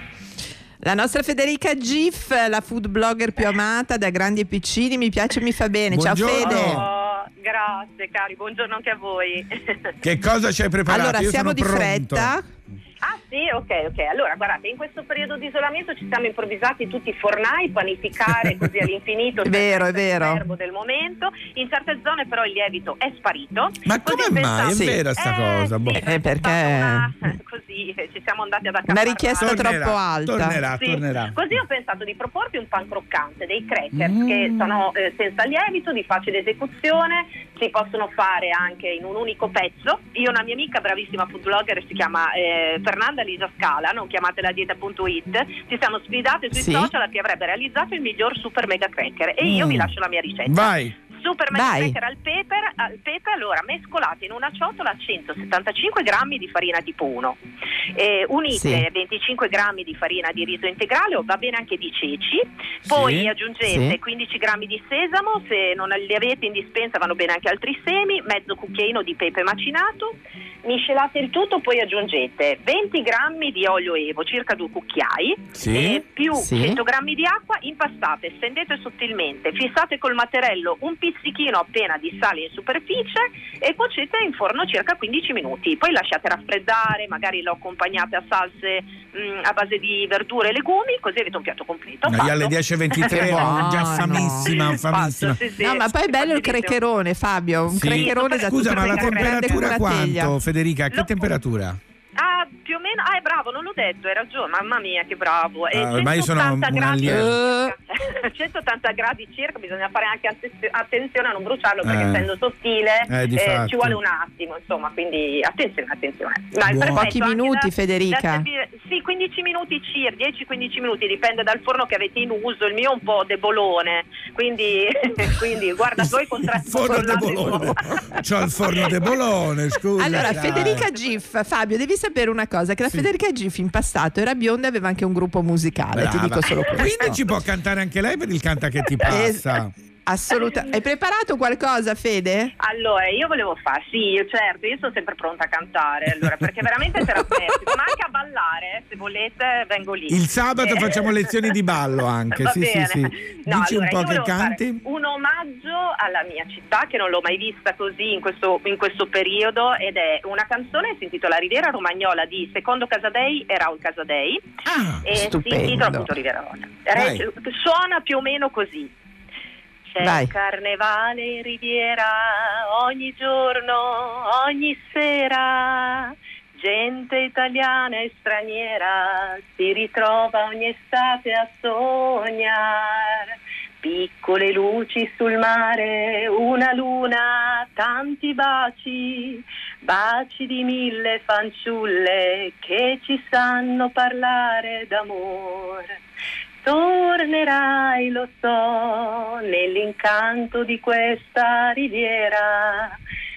Speaker 6: La nostra Federica Giff, la food blogger più amata da grandi e piccini, mi piace, mi fa bene.
Speaker 3: Buongiorno.
Speaker 6: Ciao Fede.
Speaker 16: Oh, grazie cari, buongiorno anche a voi.
Speaker 3: Che cosa ci hai preparato?
Speaker 6: Allora,
Speaker 3: Io
Speaker 6: siamo
Speaker 3: sono
Speaker 6: di
Speaker 3: pronto.
Speaker 6: Fretta.
Speaker 16: Ah sì, ok. Allora, guardate, in questo periodo di isolamento ci siamo improvvisati tutti i fornai, panificare così all'infinito.
Speaker 6: È vero.
Speaker 16: Il verbo del momento. In certe zone però il lievito è sparito.
Speaker 3: Ma come mai? È vera sta cosa?
Speaker 16: Sì,
Speaker 6: perché
Speaker 16: così ci siamo andati ad accaparrare.
Speaker 6: una richiesta troppo alta.
Speaker 3: Tornerà.
Speaker 16: Così ho pensato di proporti un pan croccante, dei crackers che sono senza lievito, di facile esecuzione, si possono fare anche in un unico pezzo. Io ho una mia amica bravissima food blogger, si chiama Fernanda Lisa Scala, non chiamatela dieta.it, ci siamo sfidate sui social che avrebbe realizzato il miglior super mega cracker e io vi lascio la mia ricetta.
Speaker 3: Vai!
Speaker 16: Super mega cracker al pepe, allora mescolate in una ciotola 175 grammi di farina tipo 1, unite 25 grammi di farina di riso integrale o va bene anche di ceci, poi aggiungete 15 grammi di sesamo, se non li avete in dispensa vanno bene anche altri semi, mezzo cucchiaino di pepe macinato, miscelate il tutto, poi aggiungete 20 grammi di olio evo, circa 2 cucchiai, più 100 grammi di acqua, impastate, stendete sottilmente, fissate col matterello un pizzichino appena di sale in superficie e cuocete in forno circa 15 minuti, poi lasciate raffreddare, magari lo accompagnate a salse a base di verdure e legumi, così avete un piatto completo.
Speaker 3: Io alle 10:23 ho già famissima.
Speaker 6: No, ma poi è bello il craccherone, Fabio, un craccherone da
Speaker 3: Scusa,
Speaker 6: tutto
Speaker 3: ma la temperatura quanto,
Speaker 6: teglia.
Speaker 3: Federica? Che temperatura?
Speaker 16: Più o meno, è bravo, non l'ho detto, hai ragione, mamma mia che bravo.
Speaker 3: Ma io sono un allievo.
Speaker 16: 180 gradi circa, bisogna fare anche attenzione a non bruciarlo perché essendo sottile ci vuole un attimo, insomma, quindi attenzione.
Speaker 6: Pochi minuti, Federica.
Speaker 16: Sì, 15 minuti circa, 10-15 minuti, dipende dal forno che avete in uso, il mio è un po' debolone, quindi guarda, voi
Speaker 3: forno debolone. C'ho il forno debolone, scusa.
Speaker 6: Allora, Federica Giff, Fabio, devi sapere una cosa, che la Federica Giff in passato era bionda e aveva anche un gruppo musicale.
Speaker 3: Brava.
Speaker 6: Ti dico solo questo.
Speaker 3: Quindi ci può cantare anche lei per il Canta che ti passa.
Speaker 6: Assolutamente. Hai preparato qualcosa, Fede?
Speaker 16: Allora, io volevo fare, io sono sempre pronta a cantare, allora, perché veramente è terapeutico, ma anche a ballare, se volete vengo lì.
Speaker 3: Il sabato facciamo lezioni di ballo anche.
Speaker 16: Va
Speaker 3: sì.
Speaker 16: No,
Speaker 3: Dici
Speaker 16: allora,
Speaker 3: un po' che canti.
Speaker 16: Un omaggio alla mia città che non l'ho mai vista così in questo periodo, ed è una canzone che si intitola Riviera Romagnola di Secondo Casadei e Raul Casadei, e
Speaker 6: stupendo.
Speaker 16: si intitola appunto Riviera Romagnola. Suona più o meno così. C'è il carnevale in Riviera ogni giorno, ogni sera, gente italiana e straniera si ritrova ogni estate a sognare. Piccole luci sul mare, una luna, tanti baci, baci di 1000 fanciulle che ci sanno parlare d'amore. Tornerai, lo so, nell'incanto di questa riviera.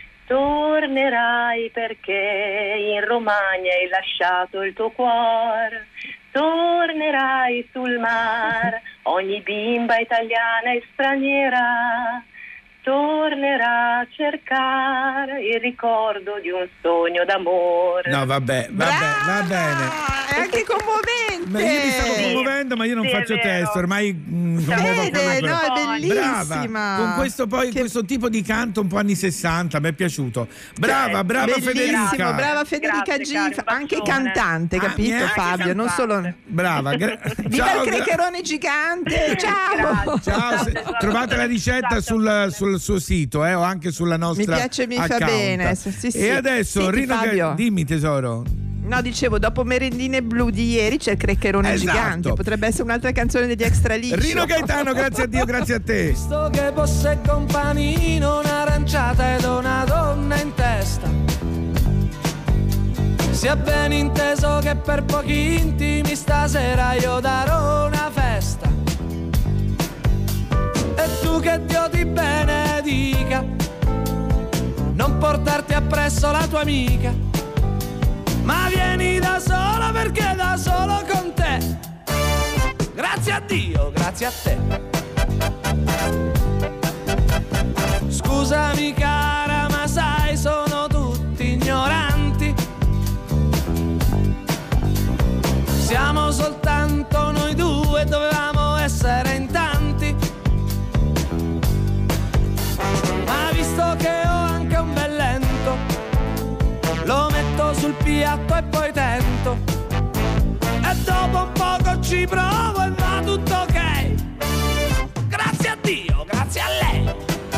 Speaker 16: Tornerai perché in Romagna hai lasciato il tuo cuore. Tornerai sul mar, ogni bimba italiana e straniera.
Speaker 14: tornerà a cercare il ricordo di un sogno d'amore.
Speaker 3: No, vabbè, va bene.
Speaker 6: È anche commovente.
Speaker 3: Ma io mi stavo commuovendo, ma io non faccio testo, ormai commuovo
Speaker 6: no, è bellissima.
Speaker 3: Brava. Con questo questo tipo di canto un po' anni 60, mi è piaciuto. Brava Federica.
Speaker 6: Brava Federica G, anche cantante, capito Fabio?
Speaker 3: Cantante.
Speaker 6: Non solo.
Speaker 3: Brava.
Speaker 6: Viva il crecherone gigante. Ciao.
Speaker 3: Trovate la ricetta sul suo sito, o anche sulla nostra.
Speaker 6: Mi piace, mi
Speaker 3: account.
Speaker 6: fa bene. Sì.
Speaker 3: E adesso
Speaker 6: Fabio.
Speaker 3: Dimmi tesoro.
Speaker 6: No, dicevo, dopo Merendine Blu di ieri c'è il Crecherone Gigante. Potrebbe essere un'altra canzone degli Extra Liscio.
Speaker 3: Rino Gaetano, grazie a Dio, grazie a te.
Speaker 5: Visto che posseggo un panino, un'aranciata ed una donna in testa, sia ben inteso che per pochi intimi stasera io darò una festa. E tu che Dio ti benedica, non portarti appresso la tua amica, ma vieni da sola perché da solo con te. Grazie a Dio, grazie a te. Scusami cara, ma sai sono tutti ignoranti. Siamo soltanto noi due, dovevamo essere in tanti. Ma visto che ho anche un bel lento, lo metto sul piatto e poi tento, e dopo un poco ci provo e va tutto ok. Grazie a Dio, grazie a lei.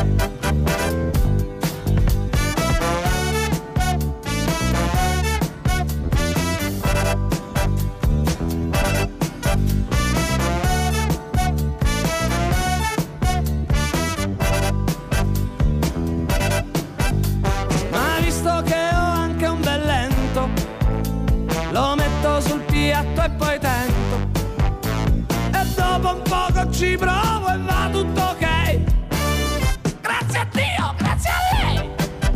Speaker 5: Ma visto che ho anche un bel lento, lo metto sul piatto e poi tento, e dopo un poco ci provo e va tutto ok. Grazie a Dio, grazie a lei.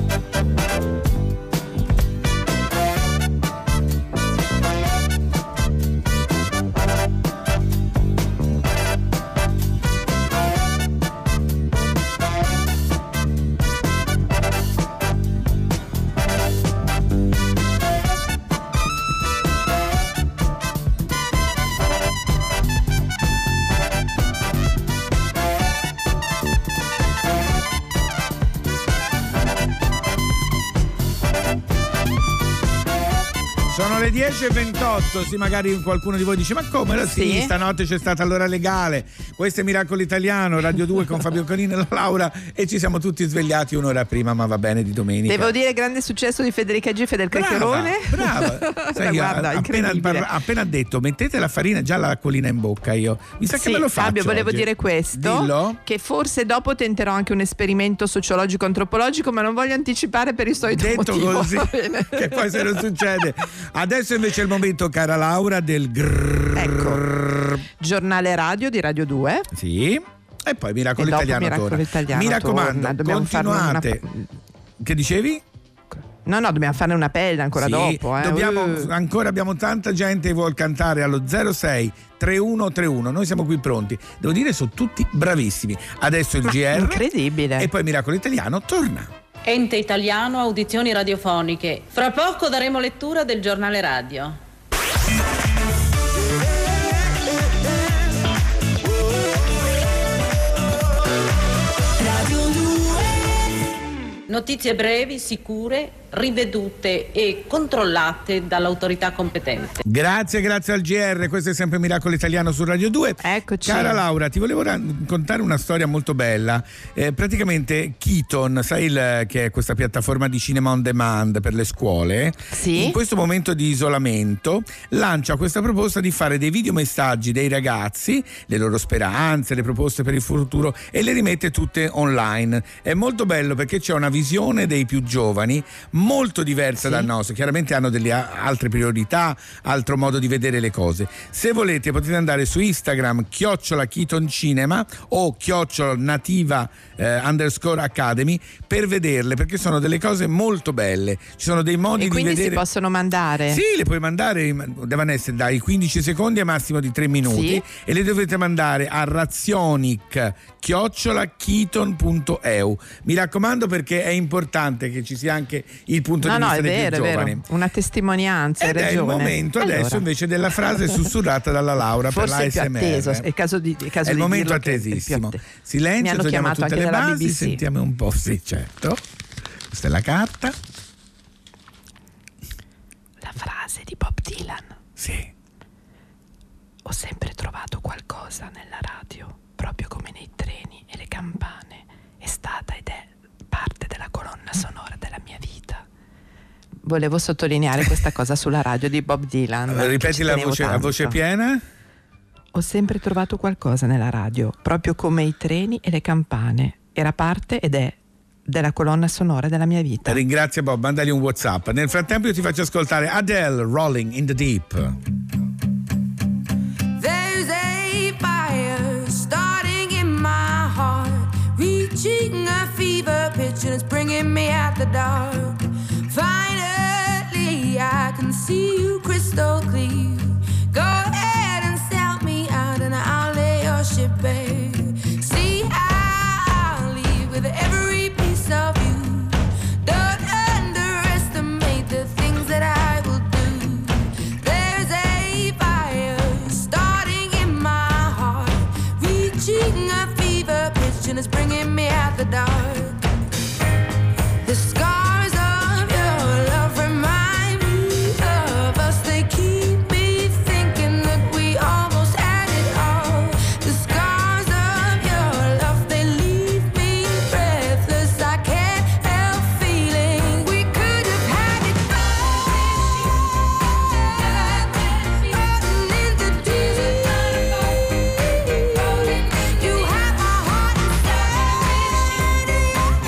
Speaker 3: Sono le 10:28, sì, magari qualcuno di voi dice ma come? Sì, stanotte c'è stata l'ora legale, questo è Miracolo Italiano, Radio 2 con Fabio Canino e la Laura, e ci siamo tutti svegliati un'ora prima, ma va bene, di domenica.
Speaker 6: Devo dire grande successo di Federica G del Crecherone.
Speaker 3: Brava. Sai, guarda, appena detto mettete la farina, già l'acquolina in bocca io. Mi sa che me lo faccio.
Speaker 6: Fabio, volevo
Speaker 3: oggi
Speaker 6: dire questo.
Speaker 3: Dillo.
Speaker 6: Che forse dopo tenterò anche un esperimento sociologico antropologico, ma non voglio anticipare per il solito
Speaker 3: detto
Speaker 6: motivo.
Speaker 3: Così che poi se non succede. Adesso invece è il momento, cara Laura, del
Speaker 6: giornale radio di Radio 2.
Speaker 3: Sì. E poi Miracolo Italiano torna. Mi raccomando, continuate. Che dicevi?
Speaker 6: No, dobbiamo farne una pelle ancora dopo.
Speaker 3: Ancora abbiamo tanta gente che vuol cantare allo 06 3131. Noi siamo qui pronti. Devo dire, sono tutti bravissimi. Adesso il GR.
Speaker 6: Incredibile.
Speaker 3: E poi Miracolo Italiano torna.
Speaker 10: Ente Italiano Audizioni Radiofoniche. Fra poco daremo lettura del giornale radio. Notizie brevi, sicure, rivedute e controllate dall'autorità competente.
Speaker 3: Grazie al GR, questo è sempre Miracolo Italiano su Radio 2.
Speaker 6: Eccoci.
Speaker 3: Cara Laura, ti volevo raccontare una storia molto bella. Praticamente Keaton, sai che è questa piattaforma di cinema on demand per le scuole?
Speaker 6: Sì.
Speaker 3: In questo momento di isolamento lancia questa proposta di fare dei videomessaggi dei ragazzi, le loro speranze, le proposte per il futuro, e le rimette tutte online. È molto bello perché c'è una visione dei più giovani molto diversa dal nostro. Chiaramente hanno delle altre priorità, altro modo di vedere le cose. Se volete potete andare su Instagram @KeatonCinema o @nativa _academy per vederle, perché sono delle cose molto belle. Ci sono dei modi di vedere.
Speaker 6: Si possono mandare?
Speaker 3: Sì, le puoi mandare, devono essere dai 15 secondi a massimo di 3 minuti, e le dovete mandare a razionic@keaton.eu. Mi raccomando, perché è importante che ci sia anche il punto di vista dei più giovani.
Speaker 6: Vero. Una testimonianza.
Speaker 3: Ed è il momento adesso invece della frase sussurrata dalla Laura.
Speaker 6: Forse
Speaker 3: per
Speaker 6: l'ASMR. È il caso di
Speaker 3: è il momento attesissimo. Silenzio, togliamo tutte le basi,
Speaker 6: BBC.
Speaker 3: sentiamo un po'. Sì, certo. Questa è la carta.
Speaker 6: La frase di Bob Dylan.
Speaker 3: Sì.
Speaker 6: Ho sempre trovato qualcosa nella radio, proprio come nei treni e le campane. È stata ed è parte della colonna sonora della mia vita. Volevo sottolineare questa cosa sulla radio di Bob Dylan.
Speaker 3: Ripeti a voce piena.
Speaker 6: Ho sempre trovato qualcosa nella radio, proprio come i treni e le campane. Era parte ed è della colonna sonora della mia vita.
Speaker 3: Ringrazia Bob, mandagli un WhatsApp. Nel frattempo io ti faccio ascoltare Adele, Rolling in the Deep.
Speaker 11: There's a fire starting in my heart, reaching a fever pitch and it's bringing me out the dark. Finally I can see you crystal clear. Go ahead and sell me out and I'll lay your ship bare. See, I'll leave with every piece of you. Don't underestimate the things that I will do. There's a fire starting in my heart, reaching a fever pitch and it's bringing me out the dark. The scars of your love remind me of us. They keep me thinking that we almost had it all. The scars of your love, they leave me breathless. I can't help feeling we could have had it all. Rolling in the deep. You have my heart inside.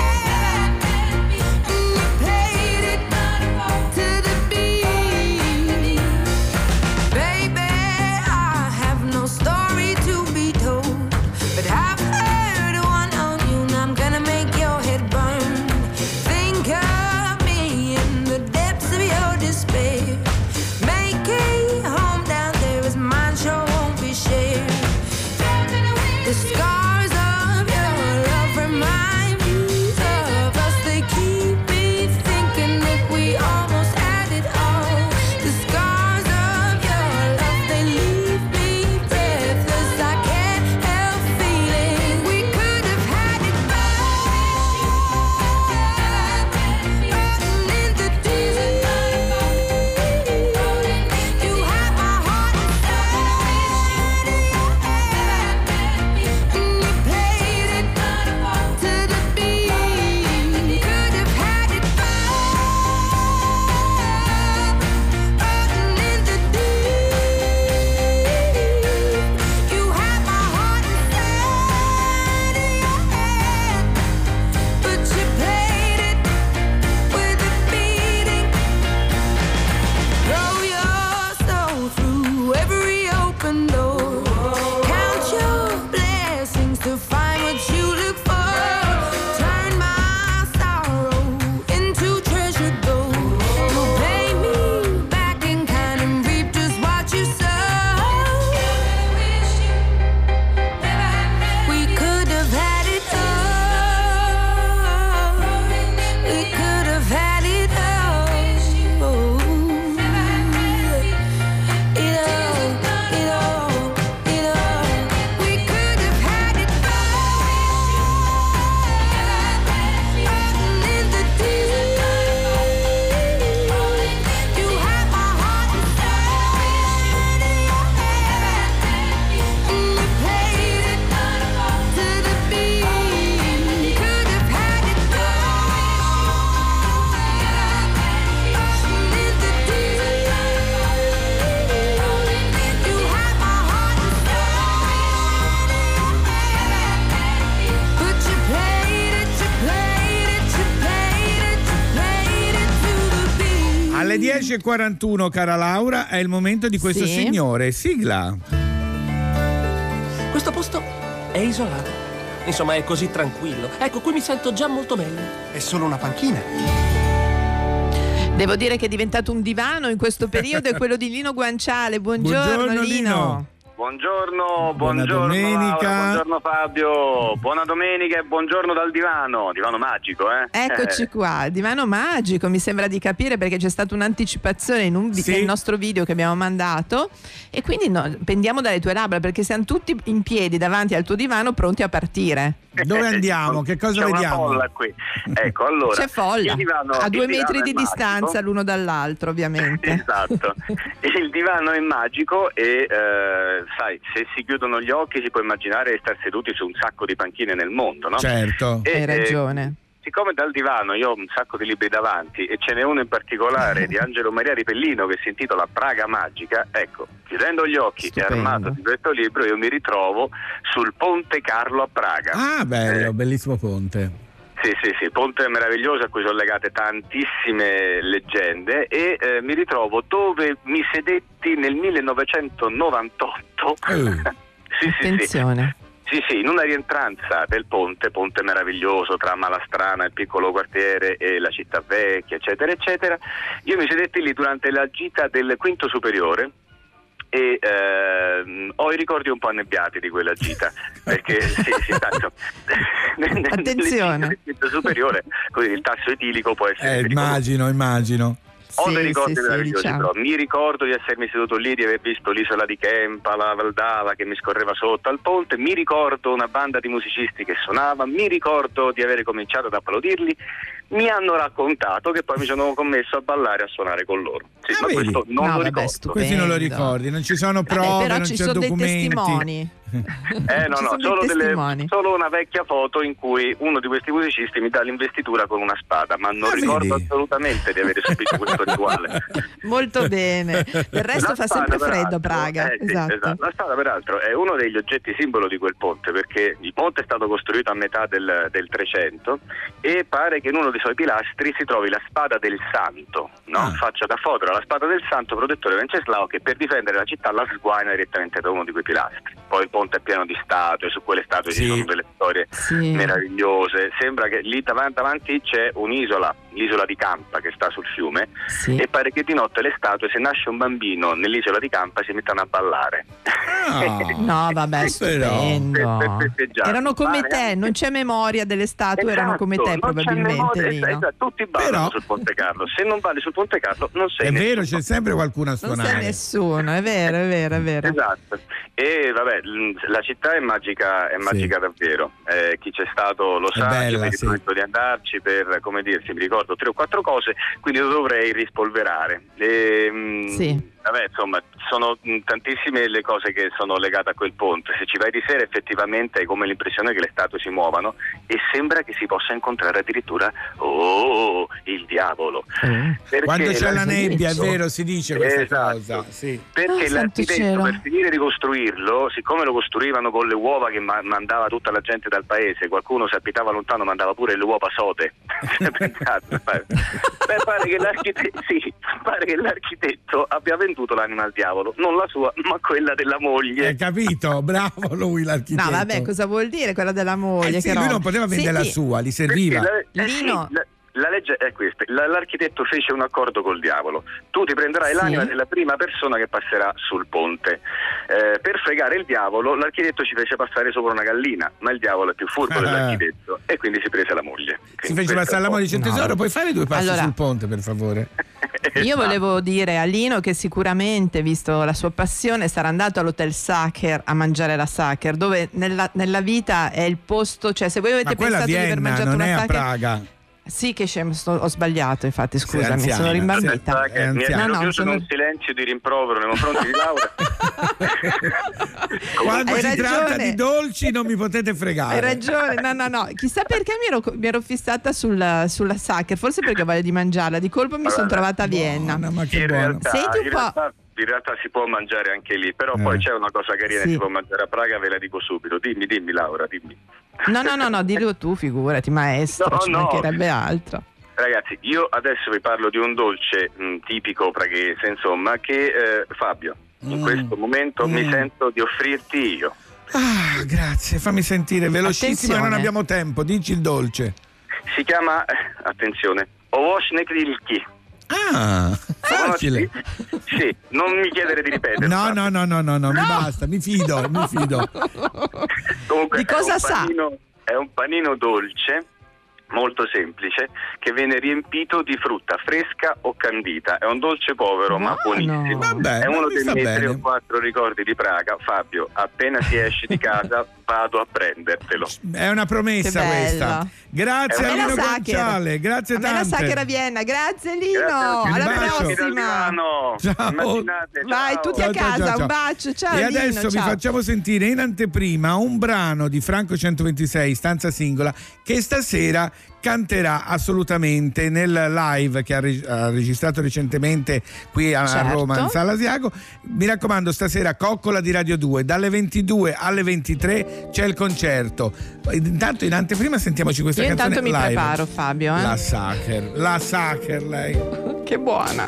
Speaker 3: 10:41, cara Laura, è il momento di questo signore. Sigla.
Speaker 12: Questo posto è isolato. Insomma, è così tranquillo. Ecco, qui mi sento già molto meglio.
Speaker 22: È solo una panchina.
Speaker 6: Devo dire che è diventato un divano in questo periodo, è quello di Lino Guanciale. Buongiorno Lino.
Speaker 23: Buongiorno
Speaker 3: domenica.
Speaker 23: Laura, buongiorno Fabio, buona domenica e buongiorno dal divano magico,
Speaker 6: Eccoci qua, divano magico, mi sembra di capire, perché c'è stata un'anticipazione in nel nostro video che abbiamo mandato, e quindi pendiamo dalle tue labbra, perché siamo tutti in piedi davanti al tuo divano pronti a partire.
Speaker 3: Dove andiamo? Che cosa
Speaker 23: c'è
Speaker 3: vediamo?
Speaker 23: C'è una folla qui. Ecco, allora,
Speaker 6: c'è folla a 2 metri di
Speaker 23: magico.
Speaker 6: distanza l'uno dall'altro, ovviamente.
Speaker 23: Esatto. Il divano è magico e sai, se si chiudono gli occhi si può immaginare di star seduti su un sacco di panchine nel mondo, no?
Speaker 3: Certo.
Speaker 6: Hai ragione.
Speaker 23: Siccome dal divano io ho un sacco di libri davanti e ce n'è uno in particolare di Angelo Maria Ripellino che si intitola Praga Magica, ecco, chiudendo gli occhi e armato di questo libro io mi ritrovo sul Ponte Carlo a Praga.
Speaker 3: Ah, bello, bellissimo ponte.
Speaker 23: Sì, ponte meraviglioso a cui sono legate tantissime leggende e mi ritrovo dove mi sedetti nel 1998.
Speaker 6: Attenzione.
Speaker 23: Sì, in una rientranza del ponte meraviglioso tra Malastrana, il piccolo quartiere e la città vecchia, eccetera, eccetera. Io mi sedetti lì durante la gita del quinto superiore e ho i ricordi un po' annebbiati di quella gita, perché tanto
Speaker 6: attenzione,
Speaker 23: nel quinto superiore così il tasso etilico può essere
Speaker 3: immagino.
Speaker 23: Ho dei ricordi meravigliosi, però mi ricordo di essermi seduto lì, di aver visto l'isola di Kempa, la Valdava che mi scorreva sotto al ponte, mi ricordo una banda di musicisti che suonava, mi ricordo di aver cominciato ad applaudirli, mi hanno raccontato che poi mi sono commesso a ballare e a suonare con loro. Sì, ma questo non lo ricordo.
Speaker 3: Questi non lo ricordi, non ci sono prove,
Speaker 6: però
Speaker 3: non
Speaker 6: ci
Speaker 3: c'è
Speaker 6: sono
Speaker 3: documenti.
Speaker 6: Dei testimoni.
Speaker 23: Solo una vecchia foto in cui uno di questi musicisti mi dà l'investitura con una spada, ma non ricordo assolutamente di aver subito questo rituale.
Speaker 6: Molto bene, del resto fa sempre freddo a Praga.
Speaker 23: Esatto. La spada peraltro è uno degli oggetti simbolo di quel ponte, perché il ponte è stato costruito a metà del 300 e pare che in uno dei suoi pilastri si trovi la spada del santo, no? Faccia da foto la spada del santo protettore Venceslao, che per difendere la città la sguaina direttamente da uno di quei pilastri. Poi il ponte è pieno di statue, su quelle statue ci sono delle storie meravigliose. Sembra che lì davanti c'è un'isola, l'isola di Campa, che sta sul fiume, e pare che di notte le statue, se nasce un bambino nell'isola di Campa, si mettano a ballare.
Speaker 6: No, vabbè, stupendo.
Speaker 23: Per festeggiare.
Speaker 6: Erano come te, non c'è memoria delle statue, erano come te probabilmente.
Speaker 23: Tutti ballano sul Ponte Carlo. Se non balli sul Ponte Carlo non sei
Speaker 3: È
Speaker 23: nessuno.
Speaker 3: vero, c'è sempre qualcuno a suonare.
Speaker 6: Non sei nessuno, è vero.
Speaker 23: Esatto. E vabbè, la città è magica davvero. Chi c'è stato lo sa,
Speaker 3: bella,
Speaker 23: mi ricordo di andarci per, come dirsi, mi ricordo 3 o 4 cose, quindi lo dovrei rispolverare. Vabbè, insomma, sono tantissime le cose che sono legate a quel ponte. Se ci vai di sera effettivamente hai come l'impressione che le statue si muovano e sembra che si possa incontrare addirittura il diavolo.
Speaker 3: Quando c'è la nebbia, è vero, si dice questa cosa. Sì.
Speaker 23: Perché l'architetto, per finire di costruirlo, siccome lo costruivano con le uova che mandava tutta la gente dal paese, qualcuno se abitava lontano mandava pure le uova sote. Pare che l'architetto abbia venduto l'anima al diavolo, non la sua ma quella della moglie.
Speaker 3: Hai capito? Bravo lui l'architetto.
Speaker 6: No, vabbè, cosa vuol dire quella della moglie?
Speaker 3: Lui non poteva vendere la sua, gli serviva.
Speaker 23: La legge è questa: l'architetto fece un accordo col diavolo. Tu ti prenderai l'anima della prima persona che passerà sul ponte. Per fregare il diavolo l'architetto ci fece passare sopra una gallina, ma il diavolo è più furbo dell'architetto e quindi si prese la moglie.
Speaker 3: Si fece passare la moglie, dice: tesoro, puoi fare 2 passi sul ponte per favore?
Speaker 6: Io volevo dire a Lino che sicuramente, visto la sua passione, sarà andato all'Hotel Sacher a mangiare la Sacher, dove nella vita è il posto, cioè se voi avete pensato di aver mangiato
Speaker 3: non
Speaker 6: una
Speaker 3: è
Speaker 6: Sacher,
Speaker 3: a Praga.
Speaker 6: Sì, che ho sbagliato, infatti, scusami, sono rimbambita.
Speaker 23: Mi ero chiuso in un silenzio di rimprovero nei confronti di Laura.
Speaker 3: Quando si tratta di dolci non mi potete fregare.
Speaker 6: Hai ragione, no. Chissà perché mi ero fissata sulla Sacher, forse perché voglio di mangiarla. Di colpo mi sono trovata a Vienna.
Speaker 3: Ma che buono.
Speaker 6: Senti un po'.
Speaker 23: In realtà si può mangiare anche lì, però poi c'è una cosa carina che si può mangiare a Praga, ve la dico subito. Dimmi Laura, dimmi.
Speaker 6: No, dillo tu, figurati, maestro, ci mancherebbe altro.
Speaker 23: Ragazzi, io adesso vi parlo di un dolce tipico praghese, insomma, che Fabio, in questo momento mi sento di offrirti io.
Speaker 3: Ah, grazie, fammi sentire, velocissimo, non abbiamo tempo, dici il dolce.
Speaker 23: Si chiama, attenzione, Ovoshne Krilki.
Speaker 3: Ah, facile.
Speaker 23: Sì, non mi chiedere di ripetere.
Speaker 3: No, mi basta, mi fido.
Speaker 23: Comunque,
Speaker 6: di cosa sa?
Speaker 23: È un panino dolce, molto semplice, che viene riempito di frutta fresca o candita. È un dolce povero ma buonissimo.
Speaker 3: Vabbè,
Speaker 23: è uno dei miei
Speaker 3: bene.
Speaker 23: 3 o 4 ricordi di Praga. Fabio, appena si esce di casa vado a prendertelo.
Speaker 3: È una promessa questa. Grazie a Lino Guanciale, grazie tante.
Speaker 6: La Sacher a Vienna, grazie Lino. Alla prossima.
Speaker 3: Ciao.
Speaker 6: Vai tutti a casa,
Speaker 3: ciao.
Speaker 6: un bacio. Ciao.
Speaker 3: E
Speaker 6: Lino,
Speaker 3: adesso vi facciamo sentire in anteprima un brano di Franco 126, Stanza Singola, che stasera canterà assolutamente nel live che ha registrato recentemente qui a Roma in Sala Asiago. Mi raccomando, stasera Coccola di Radio 2 dalle 22 alle 23 c'è il concerto. Intanto in anteprima sentiamoci questa canzone live.
Speaker 6: Io intanto mi preparo, Fabio.
Speaker 3: La Sacher lei.
Speaker 6: Che buona.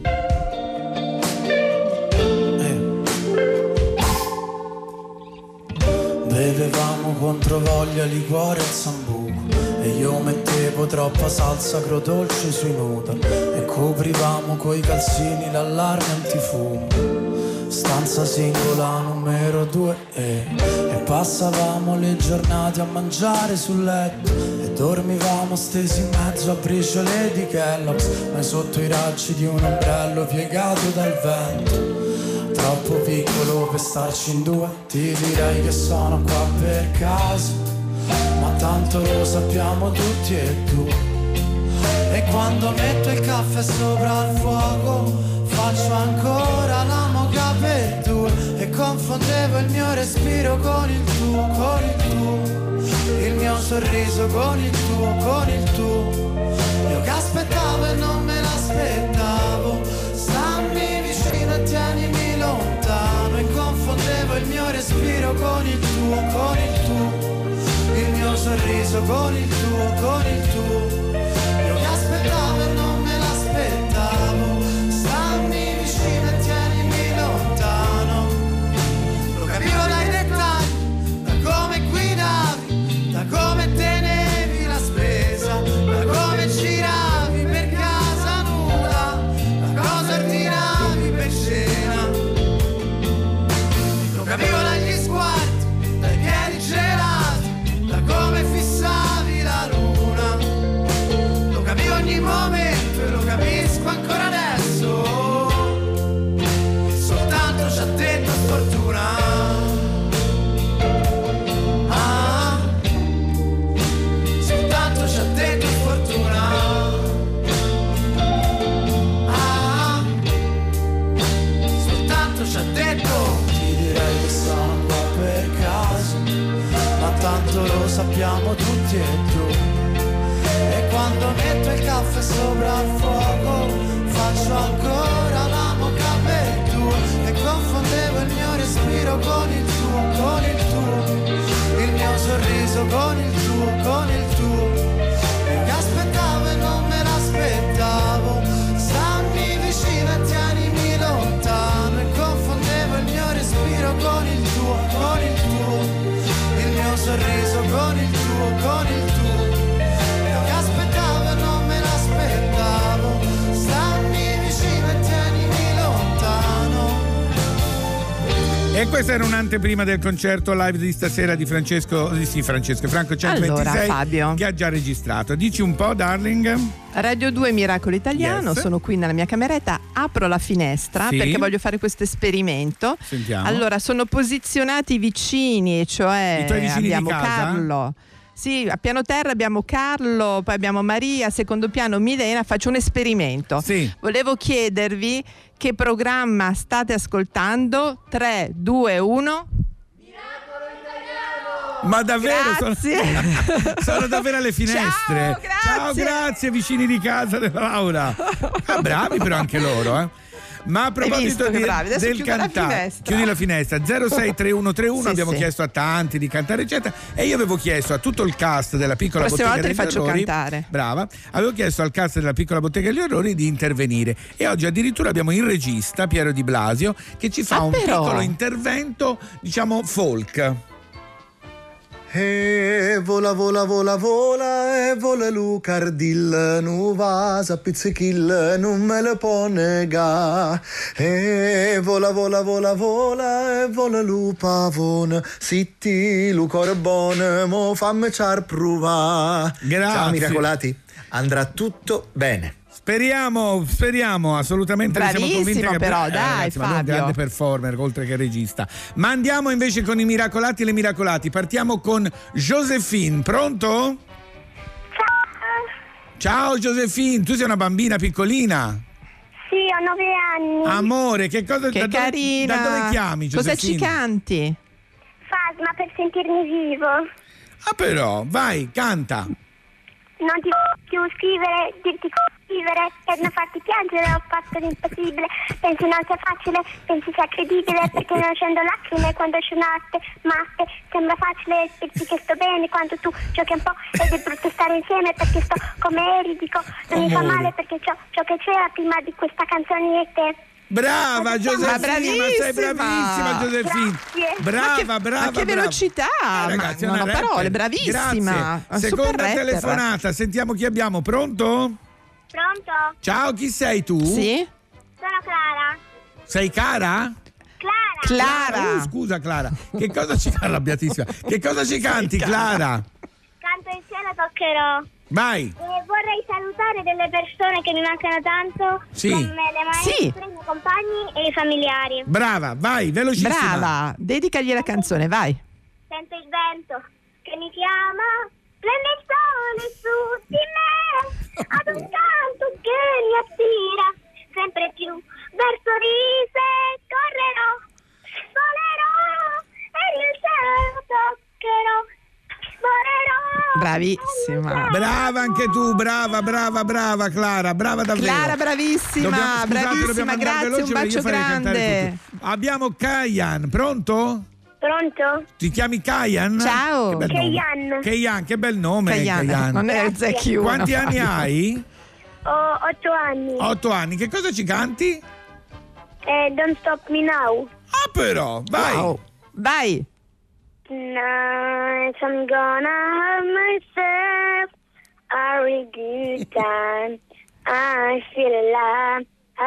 Speaker 5: Bevevamo contro voglia liquore e sambuco e io mettevo troppa salsa agrodolce sui noodle e coprivamo coi calzini l'allarme antifumo. Stanza singola numero 2 e passavamo le giornate a mangiare sul letto e dormivamo stesi in mezzo a briciole di Kellogg's, ma sotto i raggi di un ombrello piegato dal vento. Troppo piccolo per starci in due, ti direi che sono qua per caso, ma tanto lo sappiamo tutti e due. E quando metto il caffè sopra il fuoco faccio ancora la moca per due e confondevo il mio respiro con il tuo, il mio sorriso con il tuo. Io che aspettavo e non me l'aspettavo, stammi vicino e tienimi lontano e confondevo il mio respiro con il tuo, il mio sorriso con il tuo. Io che aspettavo e non me l'aspettavo, stammi vicino e tienimi lontano. Lo capivo dai dettagli, da come guidavi, da come tenevi la spesa, da come giravi per casa nuda, da cosa ordinavi per cena. Lo capivo dagli sguardi, dai piedi gelati, da come fissavi la luna. Lo capivo ogni momento e lo capisco ancora adesso. Soltanto ci ha detto sfortuna. Soltanto ci ha detto sfortuna. Soltanto ci ha detto. Ti direi che sono qua per caso, ma tanto lo sappiamo tutti e due. E quando metto il caffè sopra il fuoco faccio ancora la moca per due e confondevo il mio respiro con il tuo, il mio sorriso con il tuo. Io che aspettavo e non me l'aspettavo, stammi vicino e tienimi lontano e confondevo il mio respiro con il tuo, il mio sorriso con il tuo. Io che aspettavo e non me l'aspettavo, stammi vicino e tienimi lontano.
Speaker 3: E questa era un'anteprima del concerto live di stasera di Franco 126,
Speaker 6: allora, Fabio,
Speaker 3: che ha già registrato. Dici un po', darling.
Speaker 6: Radio 2 Miracolo Italiano, sono qui nella mia cameretta, apro la finestra perché voglio fare questo esperimento.
Speaker 3: Sentiamo.
Speaker 6: Allora, sono posizionati vicini, cioè
Speaker 3: i tuoi vicini
Speaker 6: abbiamo
Speaker 3: di casa?
Speaker 6: Carlo. Sì, a piano terra abbiamo Carlo, poi abbiamo Maria, a secondo piano Milena. Faccio un esperimento.
Speaker 3: Sì.
Speaker 6: Volevo chiedervi che programma state ascoltando. 3, 2, 1.
Speaker 3: Ma davvero
Speaker 6: Grazie.
Speaker 3: sono davvero alle finestre.
Speaker 6: Ciao, grazie.
Speaker 3: Ciao, grazie vicini di casa della Laura. Ah, bravi però anche loro, Ma a proposito del cantare, chiudi la finestra. 063131 abbiamo chiesto a tanti di cantare, eccetera, e io avevo chiesto a tutto il cast della Piccola Bottega degli Orrori,
Speaker 6: cantare.
Speaker 3: Brava, avevo chiesto al cast della Piccola Bottega degli Orrori di intervenire, e oggi addirittura abbiamo il regista Piero Di Blasio che ci fa un piccolo intervento, diciamo folk.
Speaker 13: E vola vola vola vola e vola Lucardil, nu va sa pizzichil, non me lo può negare. E vola vola vola vola e vola lu pavone, sitti lu corbone, mo fammi ciar pruva.
Speaker 3: Grazie.
Speaker 13: Ciao miracolati, andrà tutto bene.
Speaker 3: Speriamo assolutamente.
Speaker 6: Bravissimo,
Speaker 3: siamo convinti che
Speaker 6: però dai,
Speaker 3: ragazzi, ma lui è un grande performer oltre che regista. Ma andiamo invece con i miracolati e le miracolati. Partiamo con Josephine. Pronto? Ciao Josephine, tu sei una bambina piccolina?
Speaker 19: Sì, ho 9 anni.
Speaker 3: Amore, che cosa,
Speaker 6: che carina.
Speaker 3: Da dove chiami, Josephine?
Speaker 6: Cosa ci canti?
Speaker 19: Fasma, per sentirmi vivo.
Speaker 3: Ah però, vai, canta.
Speaker 19: Non ti posso più scrivere, dirti come scrivere, per non farti piangere ho fatto l'impossibile. Pensi non sia facile, pensi sia credibile, perché non scendo lacrime quando c'è un'arte matte. Sembra facile dirti che sto bene quando tu giochi un po' ed è brutto stare insieme perché sto come eri, dico non mi fa male perché ciò che c'era prima di questa canzonette.
Speaker 3: Brava Josephine, ma sei bravissima Josephine. Brava.
Speaker 6: Ma che velocità,
Speaker 3: ragazzi,
Speaker 6: non ho parole, bravissima.
Speaker 3: Grazie. Seconda telefonata, sentiamo chi abbiamo. Pronto?
Speaker 19: Pronto?
Speaker 3: Ciao, chi sei tu?
Speaker 6: Sì?
Speaker 19: Sono Clara.
Speaker 3: Sei Cara?
Speaker 19: Clara.
Speaker 3: Scusa Clara, che cosa ci arrabbiatissima? Che cosa ci canti, Clara?
Speaker 19: Canto insieme a Toccherò.
Speaker 3: Vai.
Speaker 19: Vorrei salutare delle persone che mi mancano tanto, come le maestre, i miei compagni e i familiari.
Speaker 3: Brava, vai, velocissima.
Speaker 6: Brava, dedicagli la canzone, vai.
Speaker 19: Sento il vento che mi chiama, prende il sole su di me, ad un canto che mi attira, sempre più verso di sé correrò, volerò e il cielo toccherò.
Speaker 6: Bravissima.
Speaker 3: Brava anche tu, brava Clara, brava davvero.
Speaker 6: Clara, bravissima, bravissima, grazie, un bacio grande.
Speaker 3: Abbiamo Kayan, pronto?
Speaker 19: Pronto?
Speaker 3: Ti chiami Kayan?
Speaker 19: Ciao.
Speaker 3: Kayan, che bel nome. Kayan.
Speaker 6: Non è Zecchi uno.
Speaker 3: Quanti anni hai?
Speaker 19: Ho 8 anni.
Speaker 3: 8 anni, che cosa ci canti?
Speaker 19: Don't Stop Me Now.
Speaker 3: Ah però, vai.
Speaker 6: Wow. Vai.
Speaker 19: Tonight I'm gonna have myself a real good time. I feel alive,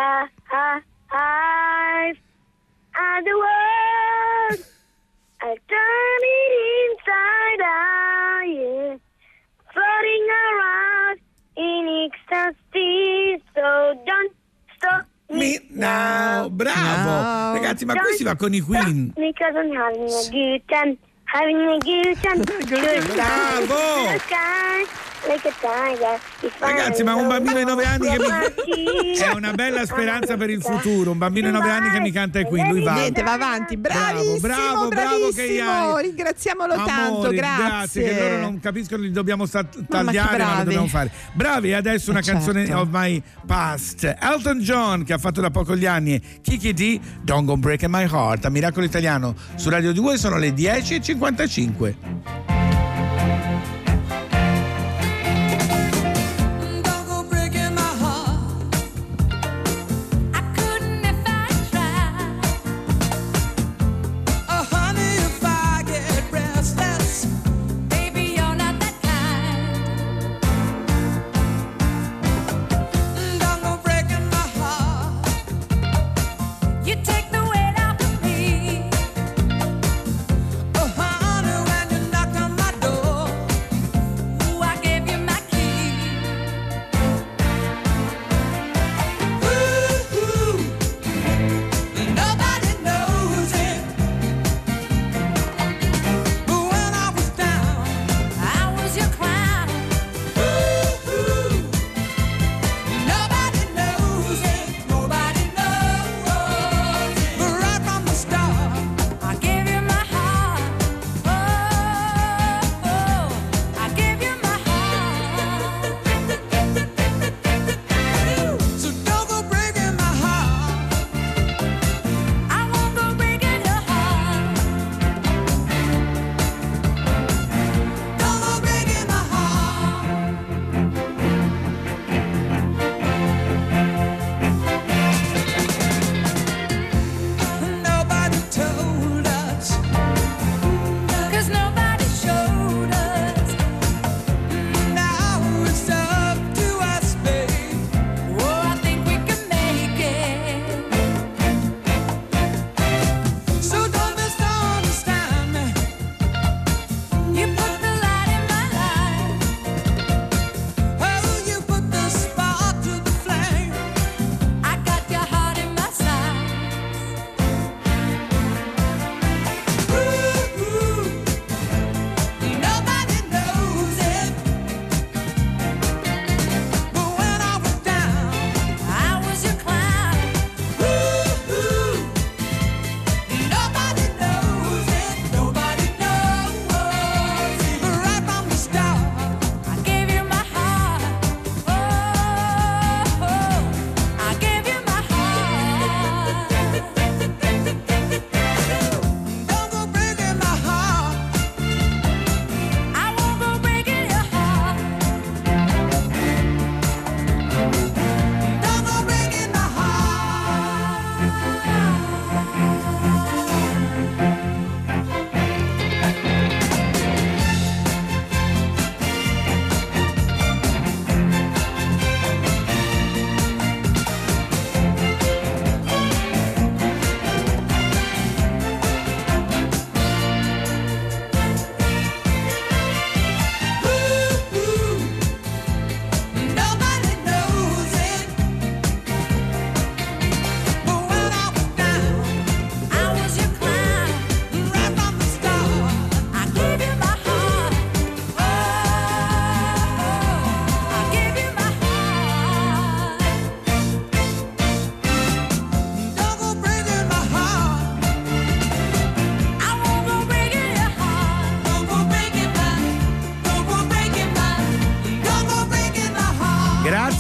Speaker 19: and the world, I turn it inside out, yeah. Floating around in ecstasy, so don't stop me now.
Speaker 3: Bravo,
Speaker 6: no.
Speaker 3: Ragazzi, ma qui si va con i Queen.
Speaker 19: Because I'm having a good time. Having a good time.
Speaker 3: Bravo!
Speaker 19: Like a tiger.
Speaker 3: Ragazzi, ma un bambino di 9 anni che mi... è una bella speranza per il futuro. Un bambino di 9 anni che mi canta i Queen, lui va.
Speaker 6: Niente, va avanti. Bravissimo,
Speaker 3: bravo
Speaker 6: bravissimo. Ringraziamolo tanto, grazie.
Speaker 3: Che loro non capiscono, li dobbiamo tagliare, ma lo dobbiamo fare. Bravi, adesso una canzone of my past. Elton John, che ha fatto da poco gli anni, Kiki D, Don't Go Breaking My Heart. A Miracolo Italiano su Radio 2 sono le 10:55.
Speaker 7: Knock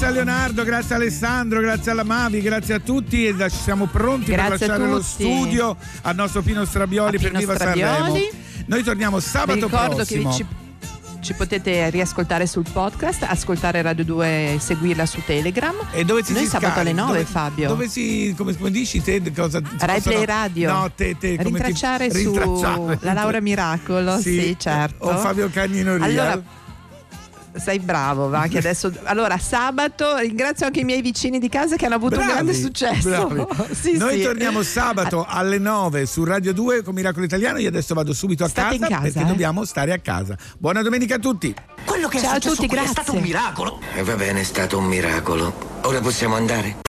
Speaker 3: Grazie a Leonardo, grazie a Alessandro, grazie alla Mavi, grazie a tutti e siamo pronti per lasciare lo studio al nostro Pino Strabioli per Viva Sanremo. Noi torniamo sabato prossimo.
Speaker 6: Che ci potete riascoltare sul podcast, ascoltare Radio 2 e seguirla su Telegram.
Speaker 3: E dove
Speaker 6: Noi sabato alle 9, Fabio.
Speaker 3: Dove si, come dici te, cosa
Speaker 6: Rai Play Radio.
Speaker 3: No, te
Speaker 6: rintracciare su la Laura Miracolo, sì, certo.
Speaker 3: O Fabio Cagnino Real.
Speaker 6: Allora, sei bravo, va, che adesso allora sabato ringrazio anche i miei vicini di casa che hanno avuto un grande successo. Sì,
Speaker 3: noi torniamo sabato alle 9 su Radio 2 con Miracolo Italiano. Io adesso vado subito a casa perché dobbiamo stare a casa. Buona domenica a tutti.
Speaker 15: Quello che
Speaker 6: ciao a tutti, grazie.
Speaker 15: È stato un miracolo.
Speaker 20: Va bene, è stato un miracolo. Ora possiamo andare?